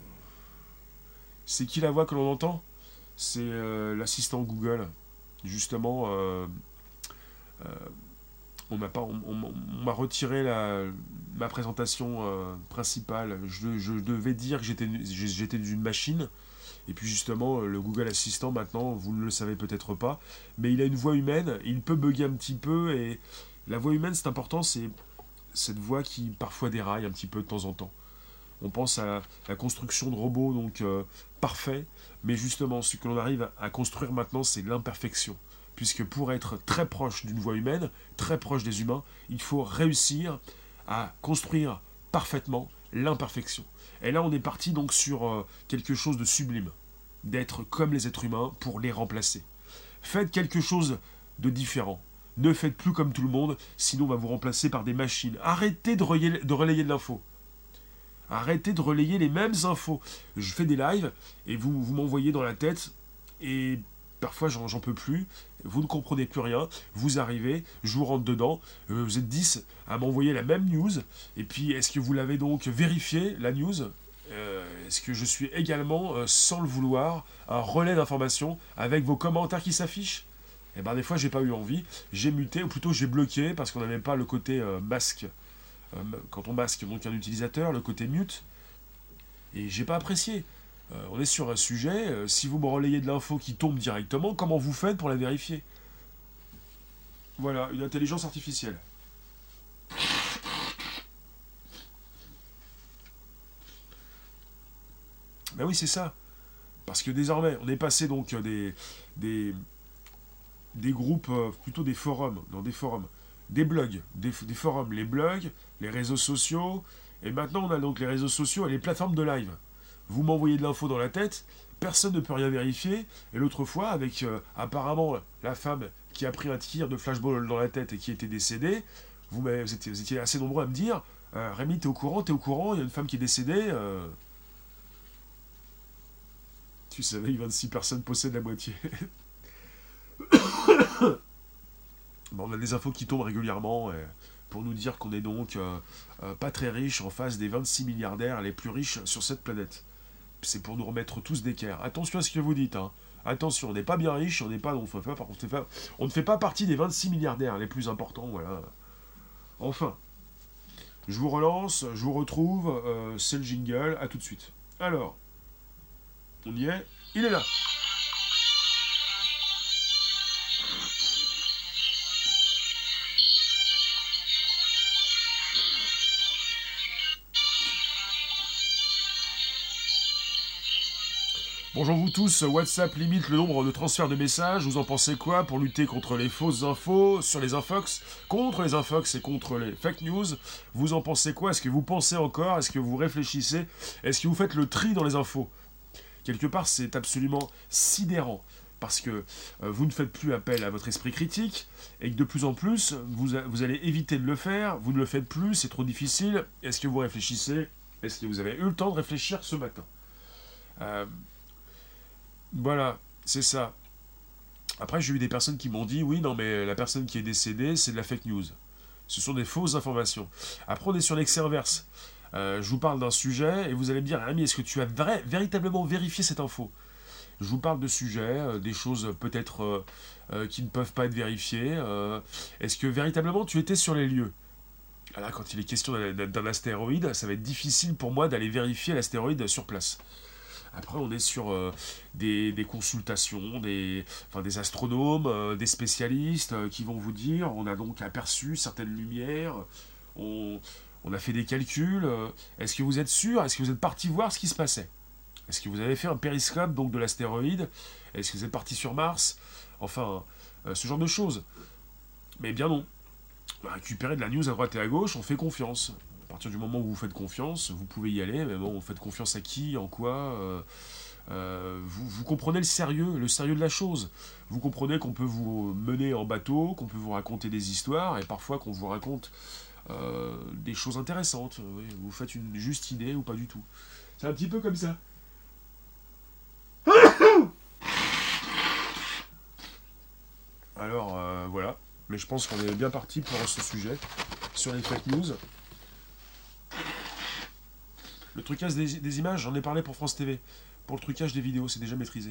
c'est qui la voix que l'on entend? C'est euh, l'assistant Google. Justement, euh, euh, on m'a pas, on, on- on m'a retiré la, ma présentation euh, principale. Je, je devais dire que j'étais, j'étais d'une machine. Et puis justement, le Google Assistant, maintenant, vous ne le savez peut-être pas, mais il a une voix humaine, il peut bugger un petit peu, et la voix humaine, c'est important, c'est cette voix qui parfois déraille un petit peu de temps en temps. On pense à la construction de robots, donc euh, parfait, mais justement, ce que l'on arrive à construire maintenant, c'est l'imperfection. Puisque pour être très proche d'une voix humaine, très proche des humains, il faut réussir à construire parfaitement l'imperfection. Et là, on est parti donc sur euh, quelque chose de sublime, d'être comme les êtres humains pour les remplacer. Faites quelque chose de différent. Ne faites plus comme tout le monde, sinon on va vous remplacer par des machines. Arrêtez de relayer de, relayer de l'info. Arrêtez de relayer les mêmes infos. Je fais des lives et vous, vous m'envoyez dans la tête et parfois j'en, j'en peux plus. Vous ne comprenez plus rien. Vous arrivez, je vous rentre dedans. Euh, vous êtes dix à m'envoyer la même news. Et puis, est-ce que vous l'avez donc vérifié, la news? Euh, Est-ce que je suis également, euh, sans le vouloir, un relais d'information avec vos commentaires qui s'affichent? Et ben des fois, j'ai pas eu envie. J'ai muté, ou plutôt j'ai bloqué parce qu'on n'avait pas le côté euh, masque. Euh, quand on masque donc un utilisateur, le côté mute. Et j'ai pas apprécié. Euh, on est sur un sujet, euh, si vous me relayez de l'info qui tombe directement, comment vous faites pour la vérifier? Voilà, une intelligence artificielle. Ben oui, c'est ça. Parce que désormais, on est passé donc euh, des, des, des groupes, euh, plutôt des forums, non des forums, des blogs, des, des forums, les blogs, les réseaux sociaux, et maintenant on a donc les réseaux sociaux et les plateformes de live. Vous m'envoyez de l'info dans la tête, personne ne peut rien vérifier, et l'autre fois, avec euh, apparemment la femme qui a pris un tir de flashball dans la tête et qui était décédée, vous, m'avez- vous, étiez, vous étiez assez nombreux à me dire, euh, Rémi, t'es au courant, t'es au courant, il y a une femme qui est décédée, euh, tu savais, vingt-six personnes possèdent la moitié. Bon, on a des infos qui tombent régulièrement euh, pour nous dire qu'on est donc euh, euh, pas très riche en face des vingt-six milliardaires les plus riches sur cette planète. C'est pour nous remettre tous d'équerre. Attention à ce que vous dites. Hein. Attention, on n'est pas bien riche, on n'est pas, on, fait pas, on, fait pas, on ne fait pas partie des vingt-six milliardaires les plus importants. Voilà. Enfin, je vous relance, je vous retrouve, euh, c'est le jingle, à tout de suite. Alors, on y est, il est là. Bonjour vous tous, WhatsApp limite le nombre de transferts de messages, vous en pensez quoi pour lutter contre les fausses infos sur les infox, contre les infox et contre les fake news? Vous en pensez quoi? Est-ce que vous pensez encore? Est-ce que vous réfléchissez? Est-ce que vous faites le tri dans les infos? Quelque part, c'est absolument sidérant, parce que euh, vous ne faites plus appel à votre esprit critique, et que de plus en plus, vous, a- vous allez éviter de le faire, vous ne le faites plus, c'est trop difficile. Est-ce que vous réfléchissez? Est-ce que vous avez eu le temps de réfléchir ce matin? Euh, Voilà, c'est ça. Après, j'ai eu des personnes qui m'ont dit, oui, non, mais la personne qui est décédée, c'est de la fake news. Ce sont des fausses informations. Après, on est sur l'excès inverse. Euh, je vous parle d'un sujet et vous allez me dire, Ami, est-ce que tu as vrai, véritablement vérifié cette info? Je vous parle de sujets, euh, des choses peut-être euh, euh, qui ne peuvent pas être vérifiées. euh, est-ce que véritablement tu étais sur les lieux? Alors, quand il est question d'un, d'un astéroïde, ça va être difficile pour moi d'aller vérifier l'astéroïde sur place. Après, on est sur euh, des, des consultations, des, enfin, des astronomes, euh, des spécialistes euh, qui vont vous dire, on a donc aperçu certaines lumières, on, on a fait des calculs, euh, est-ce que vous êtes sûr? Est-ce que vous êtes parti voir ce qui se passait? Est-ce que vous avez fait un périscope donc de l'astéroïde? Est-ce que vous êtes parti sur Mars? Enfin, euh, ce genre de choses. Mais bien non. On va récupérer de la news à droite et à gauche, on fait confiance. À partir du moment où vous faites confiance, vous pouvez y aller, mais bon, vous faites confiance à qui, en quoi euh, euh, vous, vous comprenez le sérieux, le sérieux de la chose. Vous comprenez qu'on peut vous mener en bateau, qu'on peut vous raconter des histoires, et parfois qu'on vous raconte euh, des choses intéressantes. Oui, vous faites une juste idée ou pas du tout. C'est un petit peu comme ça. Alors, euh, voilà. Mais je pense qu'on est bien parti pour ce sujet, sur les fake news. Le trucage des, des images, j'en ai parlé pour France T V. Pour le trucage des vidéos, c'est déjà maîtrisé.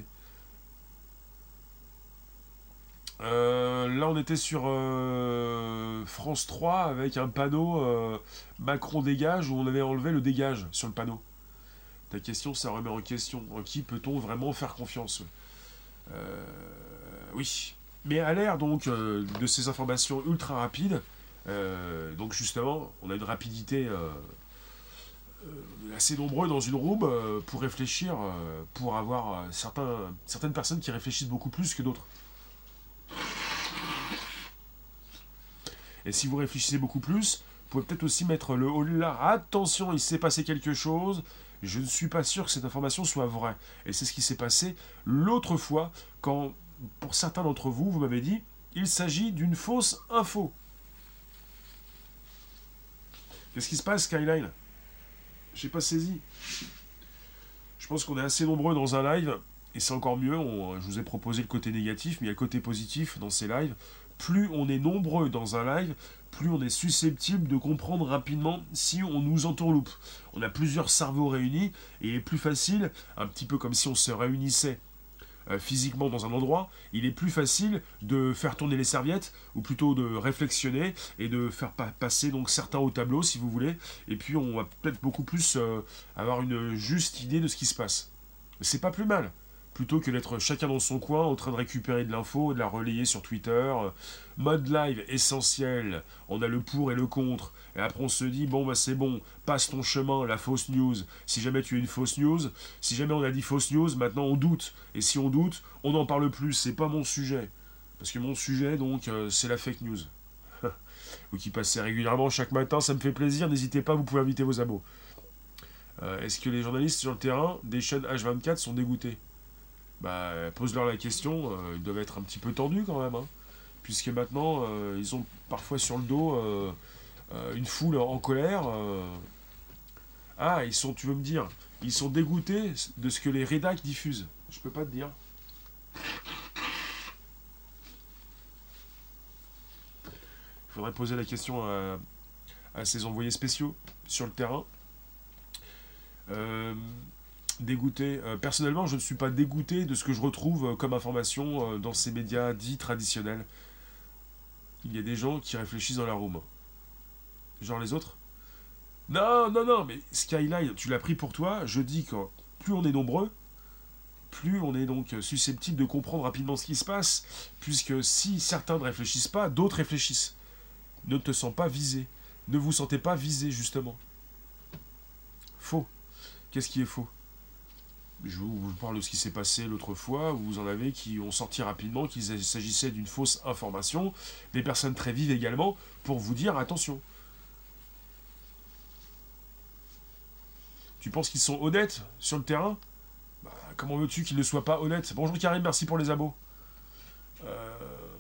Euh, là, on était sur euh, France trois avec un panneau euh, Macron dégage où on avait enlevé le dégage sur le panneau. Ta question, ça remet en question. En qui peut-on vraiment faire confiance? euh, Oui. Mais à l'ère donc euh, de ces informations ultra rapides, euh, donc justement, on a une rapidité euh, euh, assez nombreux dans une room euh, pour réfléchir, euh, pour avoir euh, certains, certaines personnes qui réfléchissent beaucoup plus que d'autres. Et si vous réfléchissez beaucoup plus, vous pouvez peut-être aussi mettre le haut là. Attention, il s'est passé quelque chose. Je ne suis pas sûr que cette information soit vraie. Et c'est ce qui s'est passé l'autre fois quand, pour certains d'entre vous, vous m'avez dit, il s'agit d'une fausse info. Qu'est-ce qui se passe, Skyline? J'ai pas saisi. Je pense qu'on est assez nombreux dans un live, et c'est encore mieux, on, je vous ai proposé le côté négatif, mais il y a le côté positif dans ces lives. Plus on est nombreux dans un live, plus on est susceptible de comprendre rapidement si on nous entourloupe. On a plusieurs cerveaux réunis, et il est plus facile, un petit peu comme si on se réunissait euh, physiquement dans un endroit, il est plus facile de faire tourner les serviettes, ou plutôt de réflexionner, et de faire pa- passer donc certains au tableau, si vous voulez, et puis on va peut-être beaucoup plus euh, avoir une juste idée de ce qui se passe. C'est pas plus mal, plutôt que d'être chacun dans son coin en train de récupérer de l'info, de la relayer sur Twitter. euh, Mode live essentiel, on a le pour et le contre, et après on se dit, bon bah c'est bon, passe ton chemin, la fausse news. Si jamais tu es une fausse news, si jamais on a dit fausse news, maintenant on doute. Et si on doute, on n'en parle plus, c'est pas mon sujet. Parce que mon sujet, donc, euh, c'est la fake news. Vous qui passez régulièrement chaque matin, ça me fait plaisir, n'hésitez pas, vous pouvez inviter vos abos. Euh, Est-ce que les journalistes sur le terrain des chaînes H vingt-quatre sont dégoûtés? Bah, pose-leur la question, euh, ils doivent être un petit peu tendus quand même, hein, puisque maintenant, euh, ils ont parfois sur le dos euh, euh, une foule en colère. euh. Ah, ils sont, tu veux me dire, ils sont dégoûtés de ce que les rédacs diffusent. Je peux pas te dire. Il faudrait poser la question à, à ces envoyés spéciaux sur le terrain. Euh, dégoûté. Euh, personnellement, je ne suis pas dégoûté de ce que je retrouve euh, comme information euh, dans ces médias dits traditionnels. Il y a des gens qui réfléchissent dans la room. Genre les autres. Non, non, non, mais Skyline, tu l'as pris pour toi. Je dis que plus on est nombreux, plus on est donc susceptible de comprendre rapidement ce qui se passe, puisque si certains ne réfléchissent pas, d'autres réfléchissent. Ne te sens pas visé. Ne vous sentez pas visé, justement. Faux. Qu'est-ce qui est faux? Je vous parle de ce qui s'est passé l'autre fois, où vous en avez qui ont sorti rapidement qu'il s'agissait d'une fausse information, des personnes très vives également, pour vous dire attention. Tu penses qu'ils sont honnêtes sur le terrain? Bah, comment veux-tu qu'ils ne soient pas honnêtes? Bonjour Karim, merci pour les abos. Euh...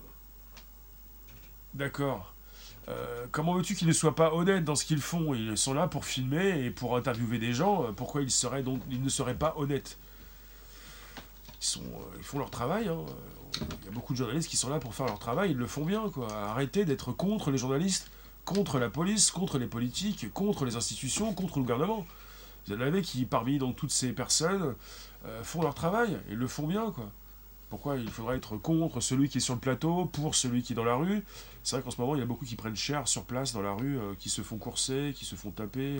D'accord. Euh, comment veux-tu qu'ils ne soient pas honnêtes dans ce qu'ils font? Ils sont là pour filmer et pour interviewer des gens. Pourquoi ils, seraient donc, ils ne seraient pas honnêtes? Ils, sont, euh, ils font leur travail. Hein. Il y a beaucoup de journalistes qui sont là pour faire leur travail. Ils le font bien, quoi. Arrêtez d'être contre les journalistes, contre la police, contre les politiques, contre les institutions, contre le gouvernement. Vous en avez qui, parmi donc, toutes ces personnes, euh, font leur travail et le font bien, quoi. Pourquoi il faudrait être contre celui qui est sur le plateau, pour celui qui est dans la rue? C'est vrai qu'en ce moment, il y a beaucoup qui prennent cher sur place dans la rue, euh, qui se font courser, qui se font taper. euh.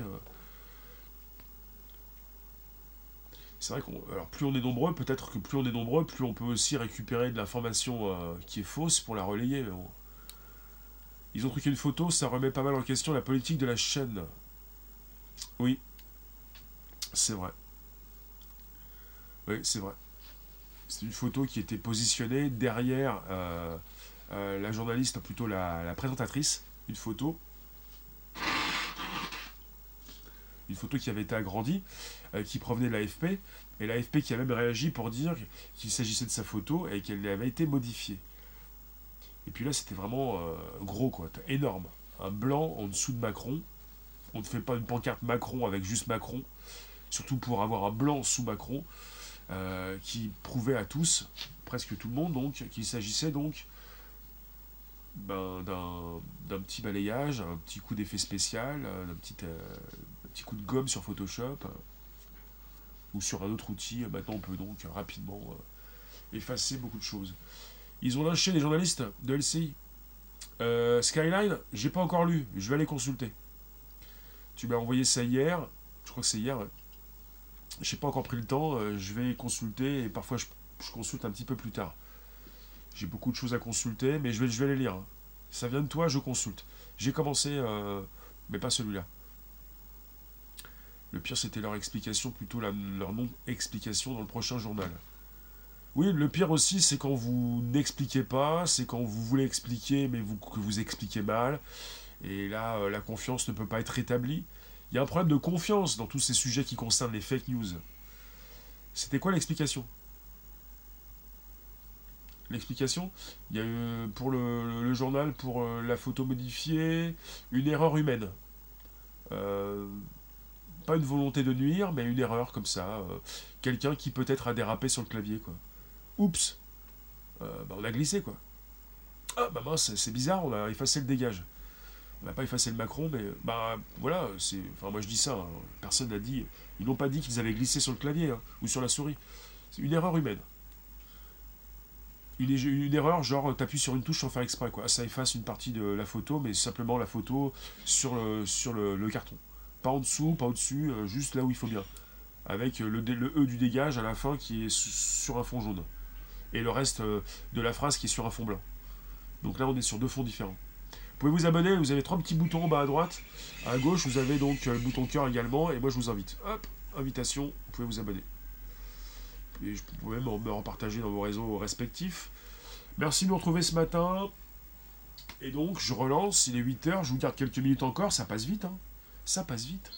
C'est vrai qu'on. Alors, plus on est nombreux, peut-être que plus on est nombreux, plus on peut aussi récupérer de l'information euh, qui est fausse pour la relayer. Mais bon. Ils ont truqué une photo, ça remet pas mal en question la politique de la chaîne. Oui, c'est vrai. Oui, c'est vrai. C'est une photo qui était positionnée derrière euh, euh, la journaliste, plutôt la, la présentatrice. Une photo. Une photo qui avait été agrandie, euh, qui provenait de l'A F P. Et l'A F P qui a même réagi pour dire qu'il s'agissait de sa photo et qu'elle avait été modifiée. Et puis là, c'était vraiment euh, gros, quoi. Énorme. Un blanc en dessous de Macron. On ne fait pas une pancarte Macron avec juste Macron. Surtout pour avoir un blanc sous Macron. Euh, qui prouvait à tous, presque tout le monde donc, qu'il s'agissait donc ben, d'un, d'un petit balayage, un petit coup d'effet spécial, d'un petit, euh, un petit coup de gomme sur Photoshop, euh, ou sur un autre outil. Maintenant on peut donc rapidement euh, effacer beaucoup de choses. Ils ont lynché les journalistes de L C I. Euh, Skyline, j'ai pas encore lu, je vais aller consulter. Tu m'as envoyé ça hier, je crois que c'est hier, ouais. Je n'ai pas encore pris le temps, euh, je vais consulter et parfois je, je consulte un petit peu plus tard. J'ai beaucoup de choses à consulter, mais je vais, je vais les lire. Ça vient de toi, je consulte. J'ai commencé, euh, mais pas celui-là. Le pire, c'était leur explication, plutôt la, leur non-explication dans le prochain journal. Oui, le pire aussi, c'est quand vous n'expliquez pas, c'est quand vous voulez expliquer, mais vous, que vous expliquez mal. Et là, euh, la confiance ne peut pas être rétablie. Il y a un problème de confiance dans tous ces sujets qui concernent les fake news. C'était quoi l'explication? L'explication, il y a eu pour le, le, le journal, pour euh, la photo modifiée, une erreur humaine. Euh, pas une volonté de nuire, mais une erreur comme ça. Euh, quelqu'un qui peut-être a dérapé sur le clavier, quoi. Oups, euh, bah, on a glissé, quoi. Ah, bah mince, c'est bizarre, on a effacé le dégage. On n'a pas effacé le Macron, mais bah voilà, c'est. Enfin, moi je dis ça, hein, personne n'a dit. Ils n'ont pas dit qu'ils avaient glissé sur le clavier hein, ou sur la souris. C'est une erreur humaine. Une, une erreur, genre t'appuies sur une touche sans faire exprès, quoi. Ça efface une partie de la photo, mais simplement la photo sur le, sur le, le carton. Pas en dessous, pas au-dessus, euh, juste là où il faut bien. Avec le, le E du dégage à la fin qui est sur un fond jaune. Et le reste euh, de la phrase qui est sur un fond blanc. Donc là, on est sur deux fonds différents. Vous pouvez vous abonner, vous avez trois petits boutons en bas à droite. À gauche, vous avez donc le bouton cœur également. Et moi, je vous invite. Hop, invitation, vous pouvez vous abonner. Et je pouvez même me repartager dans vos réseaux respectifs. Merci de nous retrouver ce matin. Et donc, je relance, il est huit heures, je vous garde quelques minutes encore. Ça passe vite, hein. Ça passe vite.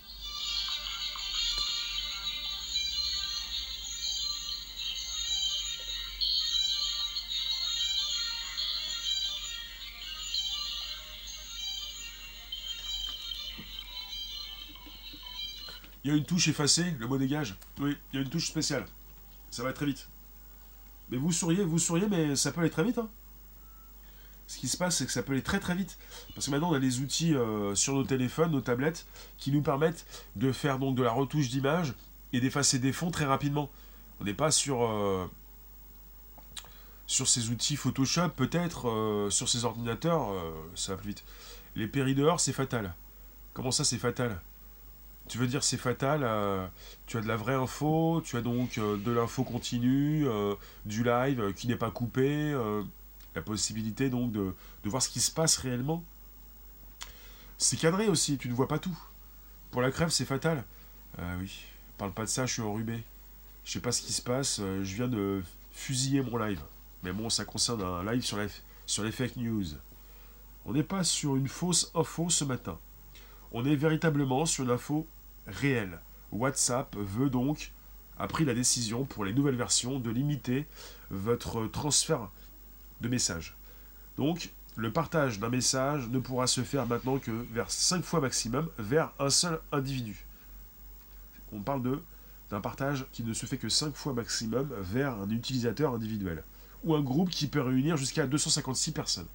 Il y a une touche effacée, le mot dégage. Oui, il y a une touche spéciale. Ça va très vite. Mais vous souriez, vous souriez, mais ça peut aller très vite. Hein. Ce qui se passe, c'est que ça peut aller très très vite. Parce que maintenant, on a des outils euh, sur nos téléphones, nos tablettes, qui nous permettent de faire donc de la retouche d'image et d'effacer des fonds très rapidement. On n'est pas sur, euh, sur ces outils Photoshop, peut-être, euh, sur ces ordinateurs, euh, ça va plus vite. Les pérideurs, c'est fatal. Comment ça, c'est fatal ? Tu veux dire c'est fatal, euh, tu as de la vraie info, tu as donc euh, de l'info continue, euh, du live euh, qui n'est pas coupé, euh, la possibilité donc de, de voir ce qui se passe réellement. C'est cadré aussi, tu ne vois pas tout. Pour la crève, c'est fatal. Ah oui, parle pas de ça, je suis enrhumé. Je sais pas ce qui se passe, euh, je viens de fusiller mon live. Mais bon, ça concerne un live sur, la, sur les fake news. On n'est pas sur une fausse info ce matin. On est véritablement sur une info réel. WhatsApp veut donc, a pris la décision pour les nouvelles versions de limiter votre transfert de messages. Donc, le partage d'un message ne pourra se faire maintenant que vers cinq fois maximum vers un seul individu. On parle de d'un partage qui ne se fait que cinq fois maximum vers un utilisateur individuel ou un groupe qui peut réunir jusqu'à deux cent cinquante-six personnes.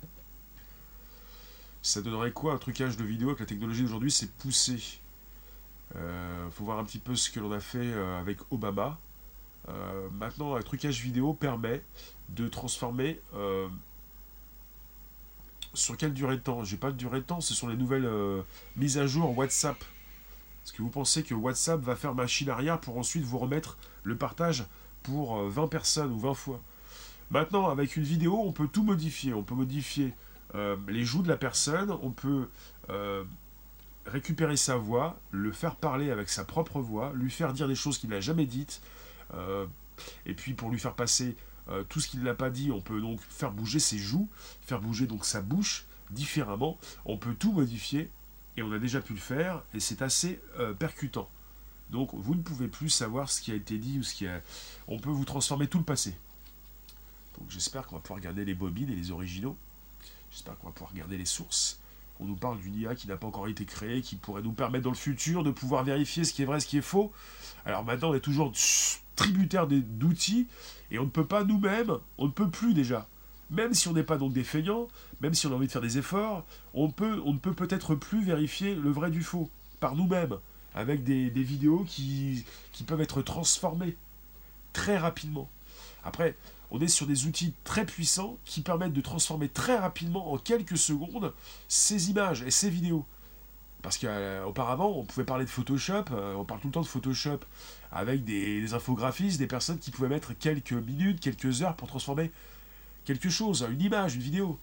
Ça donnerait quoi un trucage de vidéo avec la technologie d'aujourd'hui? C'est poussé. Il euh, faut voir un petit peu ce que l'on a fait euh, avec Obama. Euh, maintenant, un trucage vidéo permet de transformer euh, sur quelle durée de temps? J'ai pas de durée de temps, ce sont les nouvelles euh, mises à jour WhatsApp. Est-ce que vous pensez que WhatsApp va faire machine arrière pour ensuite vous remettre le partage pour euh, vingt personnes ou vingt fois? Maintenant, avec une vidéo, on peut tout modifier. On peut modifier euh, les joues de la personne, on peut euh, récupérer sa voix, le faire parler avec sa propre voix, lui faire dire des choses qu'il n'a jamais dites, euh, et puis pour lui faire passer euh, tout ce qu'il n'a pas dit, on peut donc faire bouger ses joues, faire bouger donc sa bouche différemment, on peut tout modifier, et on a déjà pu le faire, et c'est assez euh, percutant. Donc vous ne pouvez plus savoir ce qui a été dit, ou ce qui a... on peut vous transformer tout le passé. Donc j'espère qu'on va pouvoir regarder les bobines et les originaux, j'espère qu'on va pouvoir regarder les sources. On nous parle d'une I A qui n'a pas encore été créée, qui pourrait nous permettre dans le futur de pouvoir vérifier ce qui est vrai, ce qui est faux. Alors maintenant, on est toujours tributaire d'outils, et on ne peut pas nous-mêmes, on ne peut plus déjà. Même si on n'est pas donc des feignants, même si on a envie de faire des efforts, on, peut, on ne peut peut-être plus vérifier le vrai du faux, par nous-mêmes, avec des, des vidéos qui, qui peuvent être transformées très rapidement. Après, on est sur des outils très puissants qui permettent de transformer très rapidement, en quelques secondes, ces images et ces vidéos. Parce qu'auparavant, on pouvait parler de Photoshop, euh, on parle tout le temps de Photoshop, avec des, des infographistes, des personnes qui pouvaient mettre quelques minutes, quelques heures pour transformer quelque chose, une image, une vidéo.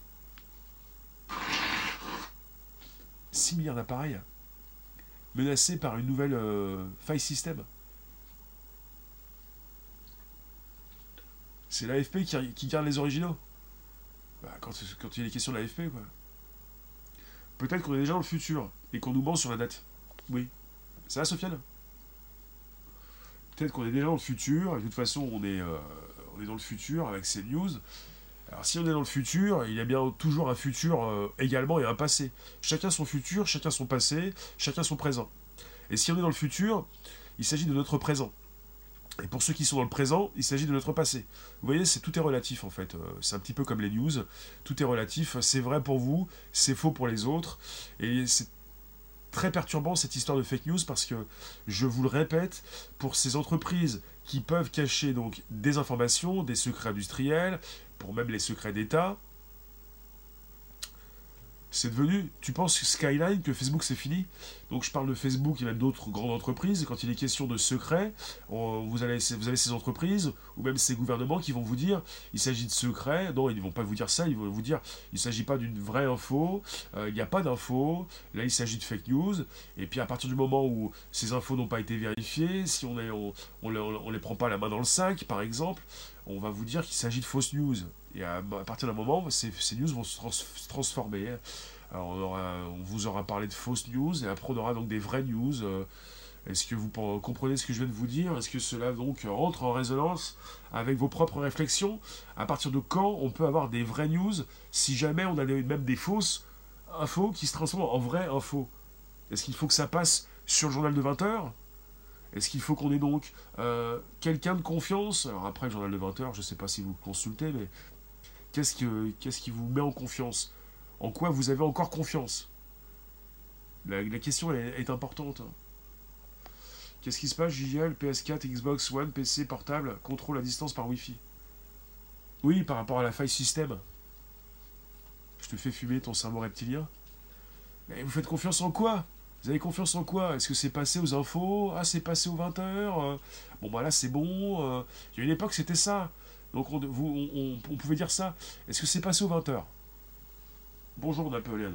six milliards d'appareils menacés par une nouvelle euh, faille système. C'est l'A F P qui, qui garde les originaux. Bah, quand, quand il y a les questions de l'A F P, quoi. Peut-être qu'on est déjà dans le futur et qu'on nous ment sur la date. Oui. Ça va, Sofiane? Peut-être qu'on est déjà dans le futur, et de toute façon, on est, euh, on est dans le futur avec ces news. Alors, si on est dans le futur, il y a bien toujours un futur euh, également et un passé. Chacun son futur, chacun son passé, chacun son présent. Et si on est dans le futur, il s'agit de notre présent. Et pour ceux qui sont dans le présent, il s'agit de notre passé. Vous voyez, c'est tout est relatif en fait. C'est un petit peu comme les news. Tout est relatif. C'est vrai pour vous, c'est faux pour les autres. Et c'est très perturbant cette histoire de fake news parce que, je vous le répète, pour ces entreprises qui peuvent cacher donc des informations, des secrets industriels, pour même les secrets d'État, c'est devenu, tu penses Skyline que Facebook c'est fini? Donc je parle de Facebook et même d'autres grandes entreprises, quand il est question de secrets, on- vous, allez, vous avez ces entreprises, ou même ces gouvernements qui vont vous dire, il s'agit de secrets, non ils ne vont pas vous dire ça, ils vont vous dire, il ne s'agit pas d'une vraie info, euh, il n'y a pas d'info, là il s'agit de fake news, et puis à partir du moment où ces infos n'ont pas été vérifiées, si on ne on, on, les- on les prend pas la main dans le sac par exemple, on va vous dire qu'il s'agit de fausses news. Et à, à partir d'un moment, ces, ces news vont se, trans- se transformer. Alors on, aura, on vous aura parlé de fausses news, et après on aura donc des vraies news. Euh, Est-ce que vous pen- comprenez ce que je viens de vous dire? Est-ce que cela donc rentre en résonance avec vos propres réflexions? À partir de quand on peut avoir des vraies news si jamais on a des- même des fausses infos qui se transforment en vraies infos? Est-ce qu'il faut que ça passe sur le journal de vingt heures? Est-ce qu'il faut qu'on ait donc euh, quelqu'un de confiance? Alors après le journal de vingt heures, je ne sais pas si vous consultez, mais qu'est-ce que, qu'est-ce qui vous met en confiance? En quoi vous avez encore confiance? La, la question est, est importante. Qu'est-ce qui se passe, J G L, P S quatre, Xbox One, P C, portable, contrôle à distance par Wi-Fi? Oui, par rapport à la faille système. Je te fais fumer ton cerveau reptilien. Mais vous faites confiance en quoi? Vous avez confiance en quoi? Est-ce que c'est passé aux infos? Ah, c'est passé aux vingt heures? Bon, bah là, c'est bon. euh, Il y a une époque, c'était ça. Donc, on, vous- on- on- on pouvait dire ça. Est-ce que c'est passé aux vingt heures? Bonjour, Napoléon.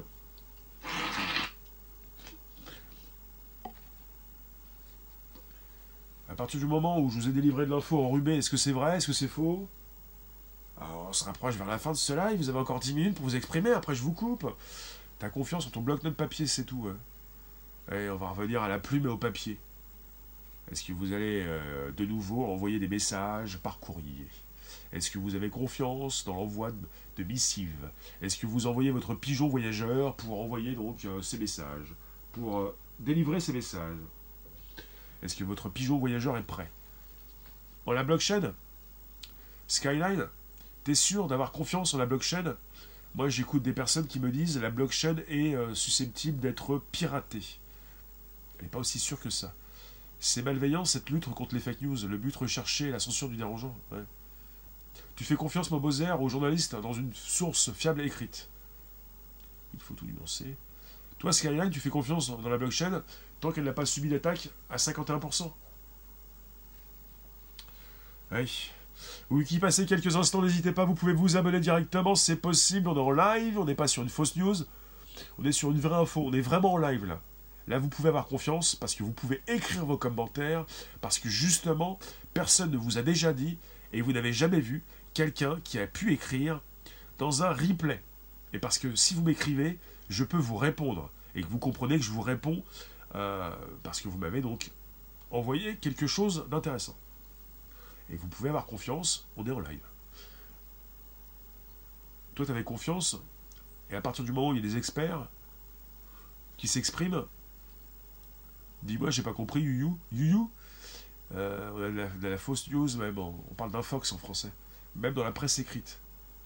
À partir du moment où je vous ai délivré de l'info enrhumée, est-ce que c'est vrai? Est-ce que c'est faux? Alors, on se rapproche vers la fin de ce live. Vous avez encore dix minutes pour vous exprimer. Après, je vous coupe. T'as confiance en ton bloc-notes papier, c'est tout. hein. Allez, on va revenir à la plume et au papier. Est-ce que vous allez euh, de nouveau envoyer des messages par courrier? Est-ce que vous avez confiance dans l'envoi de, de missives? Est-ce que vous envoyez votre pigeon voyageur pour envoyer donc euh, ces messages? Pour euh, délivrer ces messages? Est-ce que votre pigeon voyageur est prêt? En la blockchain? Skyline? T'es sûr d'avoir confiance en la blockchain? Moi j'écoute des personnes qui me disent la blockchain est euh, susceptible d'être piratée. Elle n'est pas aussi sûre que ça. C'est malveillant cette lutte contre les fake news, le but recherché est la censure du dérangeant. Ouais. Tu fais confiance, mon Moser, aux journalistes dans une source fiable et écrite. Il faut tout nuancer. Toi, Skyline, tu fais confiance dans la blockchain tant qu'elle n'a pas subi d'attaque à cinquante et un pour cent. Oui. Wiki, passez quelques instants, n'hésitez pas, vous pouvez vous abonner directement, c'est possible, on est en live, on n'est pas sur une fausse news, on est sur une vraie info, on est vraiment en live là. Là, vous pouvez avoir confiance parce que vous pouvez écrire vos commentaires, parce que justement, personne ne vous a déjà dit et vous n'avez jamais vu quelqu'un qui a pu écrire dans un replay. Et parce que si vous m'écrivez, je peux vous répondre et que vous comprenez que je vous réponds euh, parce que vous m'avez donc envoyé quelque chose d'intéressant. Et vous pouvez avoir confiance, on est en live. Toi, tu avais confiance, et à partir du moment où il y a des experts qui s'expriment, dis-moi, j'ai pas compris, you you euh, on a de la, de la fausse news, même, on parle d'un fox en français, même dans la presse écrite.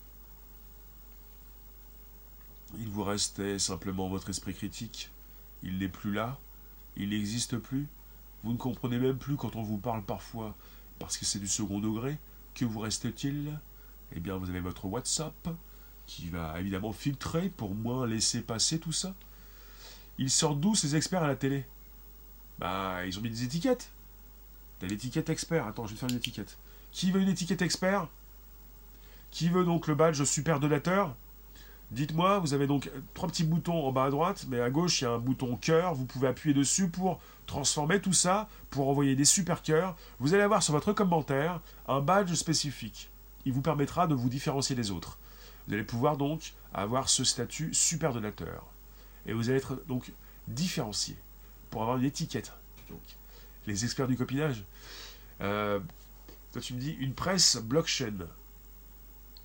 Il vous restait simplement votre esprit critique, il n'est plus là, il n'existe plus, vous ne comprenez même plus quand on vous parle parfois, parce que c'est du second degré, que vous reste-t-il? Eh bien, vous avez votre WhatsApp, qui va évidemment filtrer pour moins laisser passer tout ça. Ils sortent d'où ces experts à la télé? Bah, ils ont mis des étiquettes. T'as l'étiquette expert. Attends, je vais te faire une étiquette. Qui veut une étiquette expert? Qui veut donc le badge super donateur? Dites-moi, vous avez donc trois petits boutons en bas à droite, mais à gauche, il y a un bouton cœur. Vous pouvez appuyer dessus pour transformer tout ça, pour envoyer des super cœurs. Vous allez avoir sur votre commentaire un badge spécifique. Il vous permettra de vous différencier des autres. Vous allez pouvoir donc avoir ce statut super donateur. Et vous allez être donc différencié pour avoir une étiquette. Donc, les experts du copinage. Euh, toi, tu me dis une presse blockchain.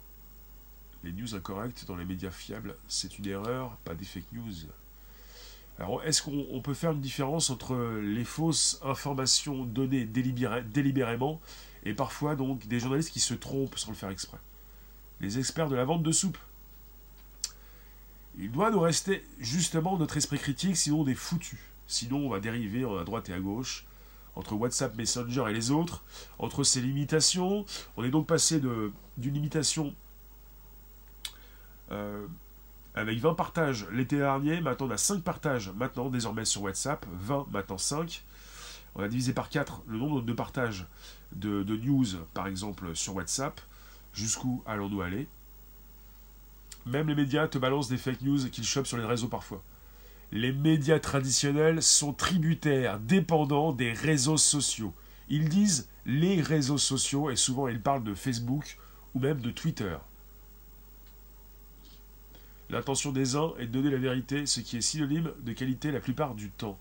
Les news incorrectes dans les médias fiables, c'est une erreur, pas des fake news. Alors, est-ce qu'on on peut faire une différence entre les fausses informations données délibéré- délibérément et parfois donc des journalistes qui se trompent sans le faire exprès? Les experts de la vente de soupe. Il doit nous rester justement notre esprit critique, sinon on est foutu. Sinon on va dériver à droite et à gauche, entre WhatsApp, Messenger et les autres, entre ces limitations. On est donc passé de, d'une limitation euh, avec vingt partages l'été dernier, maintenant on a cinq partages maintenant désormais sur WhatsApp, vingt, maintenant cinq. On a divisé par quatre le nombre de partages de, de news, par exemple, sur WhatsApp. Jusqu'où allons-nous aller? Même les médias te balancent des fake news qu'ils chopent sur les réseaux parfois. Les médias traditionnels sont tributaires, dépendants des réseaux sociaux. Ils disent les réseaux sociaux et souvent ils parlent de Facebook ou même de Twitter. L'intention des uns est de donner la vérité, ce qui est synonyme de qualité la plupart du temps.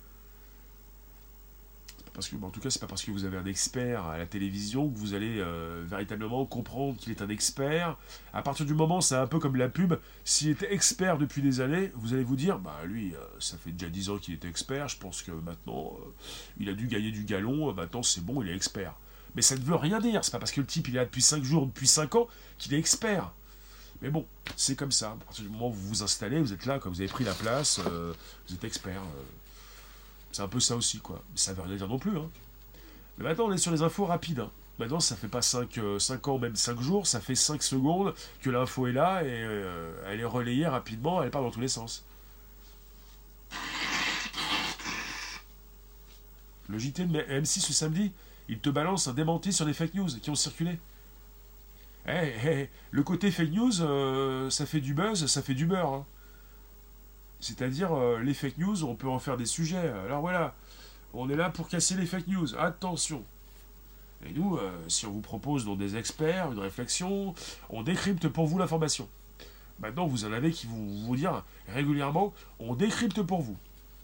Parce que, bon, en tout cas, c'est pas parce que vous avez un expert à la télévision que vous allez euh, véritablement comprendre qu'il est un expert. À partir du moment, c'est un peu comme la pub. S'il était expert depuis des années, vous allez vous dire, bah lui, euh, ça fait déjà dix ans qu'il était expert. Je pense que maintenant, euh, il a dû gagner du galon. Euh, maintenant, c'est bon, il est expert. Mais ça ne veut rien dire. C'est pas parce que le type il est là depuis cinq jours, depuis cinq ans, qu'il est expert. Mais bon, c'est comme ça. À partir du moment où vous vous installez, vous êtes là, quand vous avez pris la place, euh, vous êtes expert. Euh, C'est un peu ça aussi, quoi. Mais ça veut rien dire non plus, hein. Mais maintenant, on est sur les infos rapides, hein. Maintenant, ça fait pas cinq, euh, cinq ans, même cinq jours, ça fait cinq secondes que l'info est là et euh, elle est relayée rapidement, elle part dans tous les sens. Le J T de M six ce samedi, il te balance un démenti sur les fake news qui ont circulé. Eh, hey, hey, le côté fake news, euh, ça fait du buzz, ça fait du beurre, hein. C'est-à-dire, euh, les fake news, on peut en faire des sujets. Alors voilà, on est là pour casser les fake news. Attention. Et nous, euh, si on vous propose donc des experts, une réflexion, on décrypte pour vous l'information. Maintenant, vous en avez qui vont vous dire régulièrement, on décrypte pour vous.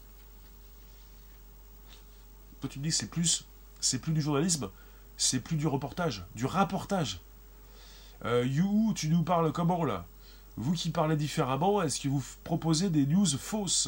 Toi, tu me dis que c'est plus, c'est plus du journalisme, c'est plus du reportage, du rapportage. Euh, You, tu nous parles comment là? Vous qui parlez différemment, est-ce que vous proposez des news fausses?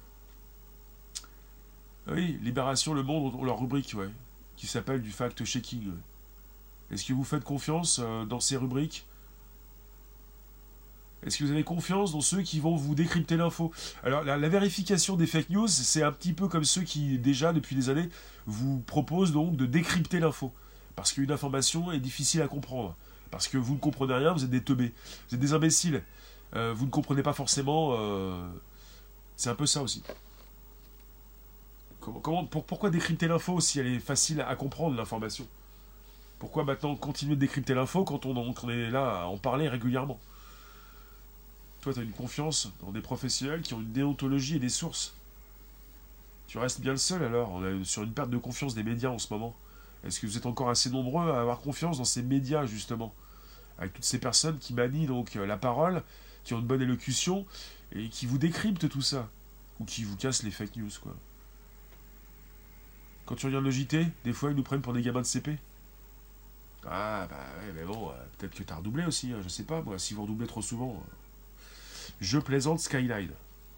Oui, Libération, Le Monde ont leur rubrique, ouais, qui s'appelle du fact-checking. Ouais. Est-ce que vous faites confiance euh, dans ces rubriques? Est-ce que vous avez confiance dans ceux qui vont vous décrypter l'info? Alors, la, la vérification des fake news, c'est un petit peu comme ceux qui, déjà, depuis des années, vous proposent donc de décrypter l'info. Parce qu'une information est difficile à comprendre. Parce que vous ne comprenez rien, vous êtes des teubés. Vous êtes des imbéciles. Euh, vous ne comprenez pas forcément. Euh... C'est un peu ça aussi. Comment, comment, pour, pourquoi décrypter l'info si elle est facile à comprendre, l'information? Pourquoi maintenant continuer de décrypter l'info quand on, on est là à en parler régulièrement? Toi, tu as une confiance dans des professionnels qui ont une déontologie et des sources. Tu restes bien le seul alors. On est sur une perte de confiance des médias en ce moment. Est-ce que vous êtes encore assez nombreux à avoir confiance dans ces médias, justement? Avec toutes ces personnes qui manient donc la parole, qui ont une bonne élocution, et qui vous décryptent tout ça. Ou qui vous cassent les fake news, quoi. Quand tu regardes le J T, des fois ils nous prennent pour des gamins de C P. Ah bah ouais, mais bon, euh, peut-être que t'as redoublé aussi, hein, je sais pas, moi, si vous redoublez trop souvent. Euh... Je plaisante, Skyline.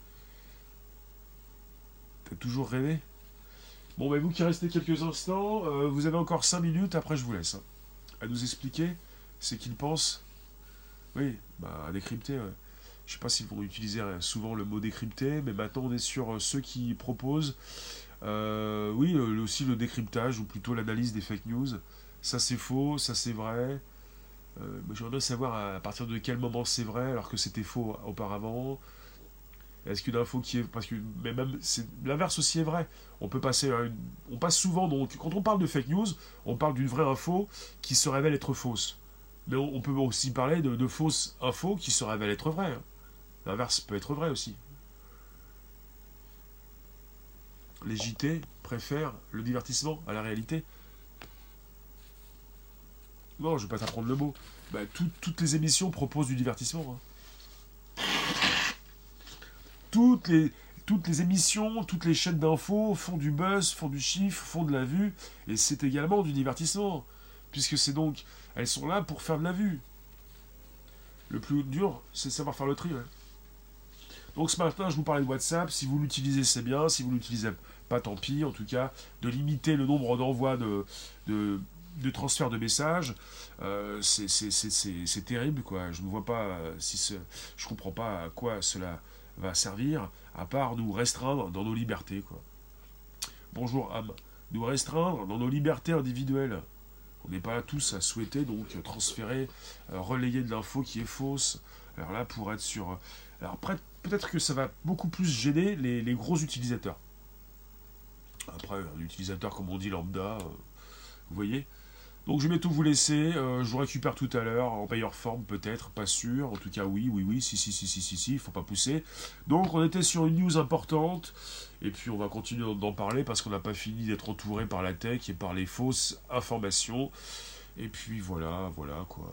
T'as toujours rêvé? Bon, bah vous qui restez quelques instants, euh, vous avez encore cinq minutes, après je vous laisse. Hein, à nous expliquer ce qu'ils pensent. Oui, bah à décrypter, ouais. Je sais pas s'ils vont utiliser souvent le mot décrypter, mais maintenant on est sur ceux qui proposent, euh, oui, euh, aussi le décryptage, ou plutôt l'analyse des fake news. Ça c'est faux, ça c'est vrai. Euh, J'aimerais bien savoir à, à partir de quel moment c'est vrai, alors que c'était faux auparavant. Est-ce qu'une info qui est... Parce que mais même l'inverse aussi est vrai. On peut passer à une... On passe souvent, donc, quand on parle de fake news, on parle d'une vraie info qui se révèle être fausse. Mais on, on peut aussi parler de, de fausses infos qui se révèlent être vraies. Hein. L'inverse peut être vrai aussi. Les J T préfèrent le divertissement à la réalité. Non, je vais pas t'apprendre le mot. Bah, tout, toutes les émissions proposent du divertissement. Hein. Toutes les, toutes les émissions, toutes les chaînes d'infos font du buzz, font du chiffre, font de la vue, et c'est également du divertissement. Puisque c'est donc... Elles sont là pour faire de la vue. Le plus dur, c'est de savoir faire le tri. Ouais. Donc ce matin, je vous parlais de WhatsApp. Si vous l'utilisez, c'est bien. Si vous l'utilisez pas, tant pis. En tout cas, de limiter le nombre d'envois de, de, de transferts de messages, euh, c'est c'est- c'est- c'est- c'est terrible, quoi. Je ne vois pas euh, si ce, je comprends pas à quoi cela va servir, à part nous restreindre dans nos libertés, quoi. Bonjour Am. Nous restreindre dans nos libertés individuelles. On n'est pas là tous à souhaiter donc transférer, euh, relayer de l'info qui est fausse. Alors là, pour être sur... Alors après, peut-être que ça va beaucoup plus gêner les, les gros utilisateurs. Après, un utilisateur, comme on dit, lambda, euh, vous voyez. Donc je vais bientôt vous laisser, euh, je vous récupère tout à l'heure, en meilleure forme peut-être, pas sûr. En tout cas, oui, oui, oui, si, si, si, si, si, si, il faut pas pousser. Donc on était sur une news importante, et puis on va continuer d'en parler parce qu'on n'a pas fini d'être entouré par la tech et par les fausses informations. Et puis voilà, voilà quoi.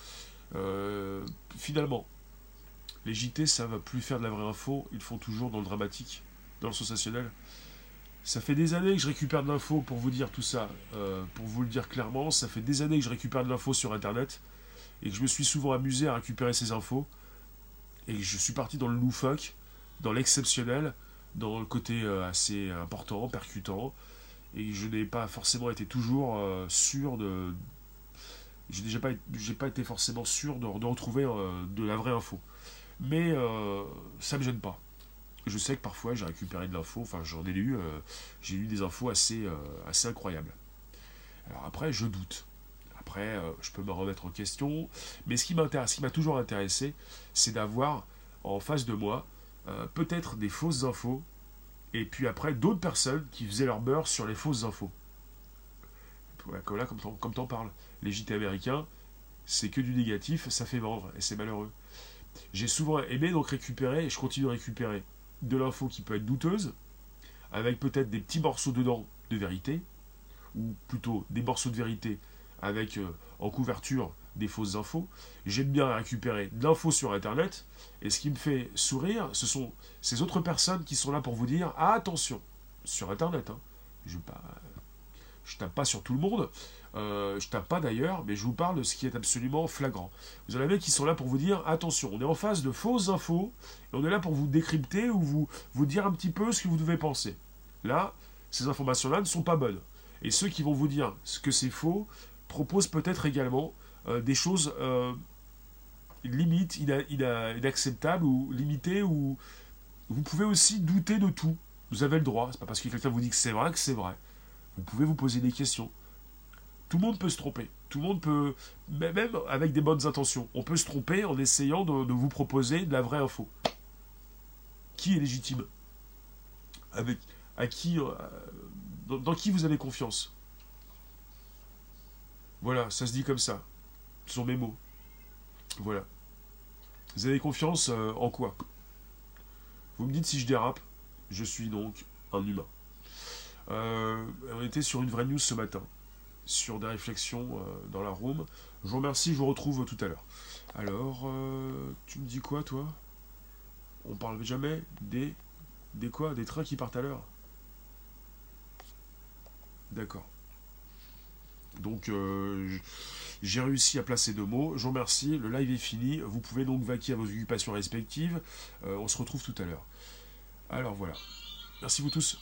Euh, finalement, les J T, ça va plus faire de la vraie info, ils font toujours dans le dramatique, dans le sensationnel. Ça fait des années que je récupère de l'info pour vous dire tout ça. Euh, pour vous le dire clairement, ça fait des années que je récupère de l'info sur Internet et que je me suis souvent amusé à récupérer ces infos et que je suis parti dans le loufoque, dans l'exceptionnel, dans le côté euh, assez important, percutant, et je n'ai pas forcément été toujours euh, sûr de... J'ai déjà pas, j'ai pas été forcément sûr de, de retrouver euh, de la vraie info. Mais euh, ça me gêne pas. Je sais que parfois j'ai récupéré de l'info, enfin j'en ai lu, euh, j'ai lu des infos assez, euh, assez incroyables. Alors après, je doute. Après, euh, je peux me remettre en question. Mais ce qui m'intéresse, ce qui m'a toujours intéressé, c'est d'avoir en face de moi euh, peut-être des fausses infos, et puis après d'autres personnes qui faisaient leur beurre sur les fausses infos. Ouais, comme là, comme t'en, comme t'en parles. Les J T américains, c'est que du négatif, ça fait vendre, et c'est malheureux. J'ai souvent aimé donc récupérer, et je continue de récupérer, de l'info qui peut être douteuse, avec peut-être des petits morceaux dedans de vérité, ou plutôt des morceaux de vérité avec euh, en couverture des fausses infos. J'aime bien récupérer de l'info sur Internet, et ce qui me fait sourire, ce sont ces autres personnes qui sont là pour vous dire ah, attention, sur Internet, hein, je ne je tape pas sur tout le monde, euh, je tape pas d'ailleurs, mais je vous parle de ce qui est absolument flagrant. Vous en avez qui sont là pour vous dire attention, on est en face de fausses infos, et on est là pour vous décrypter ou vous, vous dire un petit peu ce que vous devez penser. Là, ces informations-là ne sont pas bonnes. Et ceux qui vont vous dire ce que c'est faux proposent peut-être également euh, des choses euh, limites, ina, ina, inacceptables ou limitées, ou vous pouvez aussi douter de tout. Vous avez le droit, c'est pas parce que quelqu'un vous dit que c'est vrai que c'est vrai. Vous pouvez vous poser des questions. Tout le monde peut se tromper. Tout le monde peut, même avec des bonnes intentions, on peut se tromper en essayant de, de vous proposer de la vraie info. Qui est légitime? Avec, à qui, euh, dans, dans qui vous avez confiance? Voilà, ça se dit comme ça. Ce sont mes mots. Voilà. Vous avez confiance euh, en quoi? Vous me dites si je dérape. Je suis donc un humain. Euh, on était sur une vraie news ce matin, sur des réflexions euh, dans la room. Je vous remercie, je vous retrouve tout à l'heure. Alors, euh, tu me dis quoi, toi? On parle jamais des... Des quoi? Des trains qui partent à l'heure? D'accord. Donc, euh, j'ai réussi à placer deux mots. Je vous remercie, le live est fini. Vous pouvez donc vaquer à vos occupations respectives. Euh, on se retrouve tout à l'heure. Alors, voilà. Merci vous tous.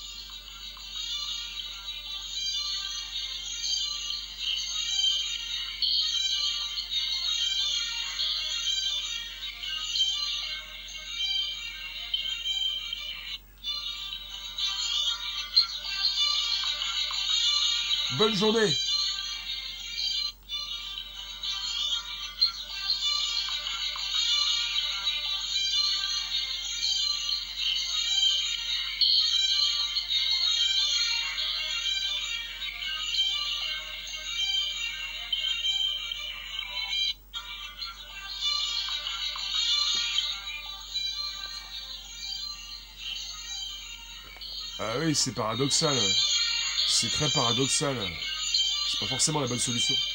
Bonne journée. Ah oui, c'est paradoxal. C'est très paradoxal. C'est pas forcément la bonne solution.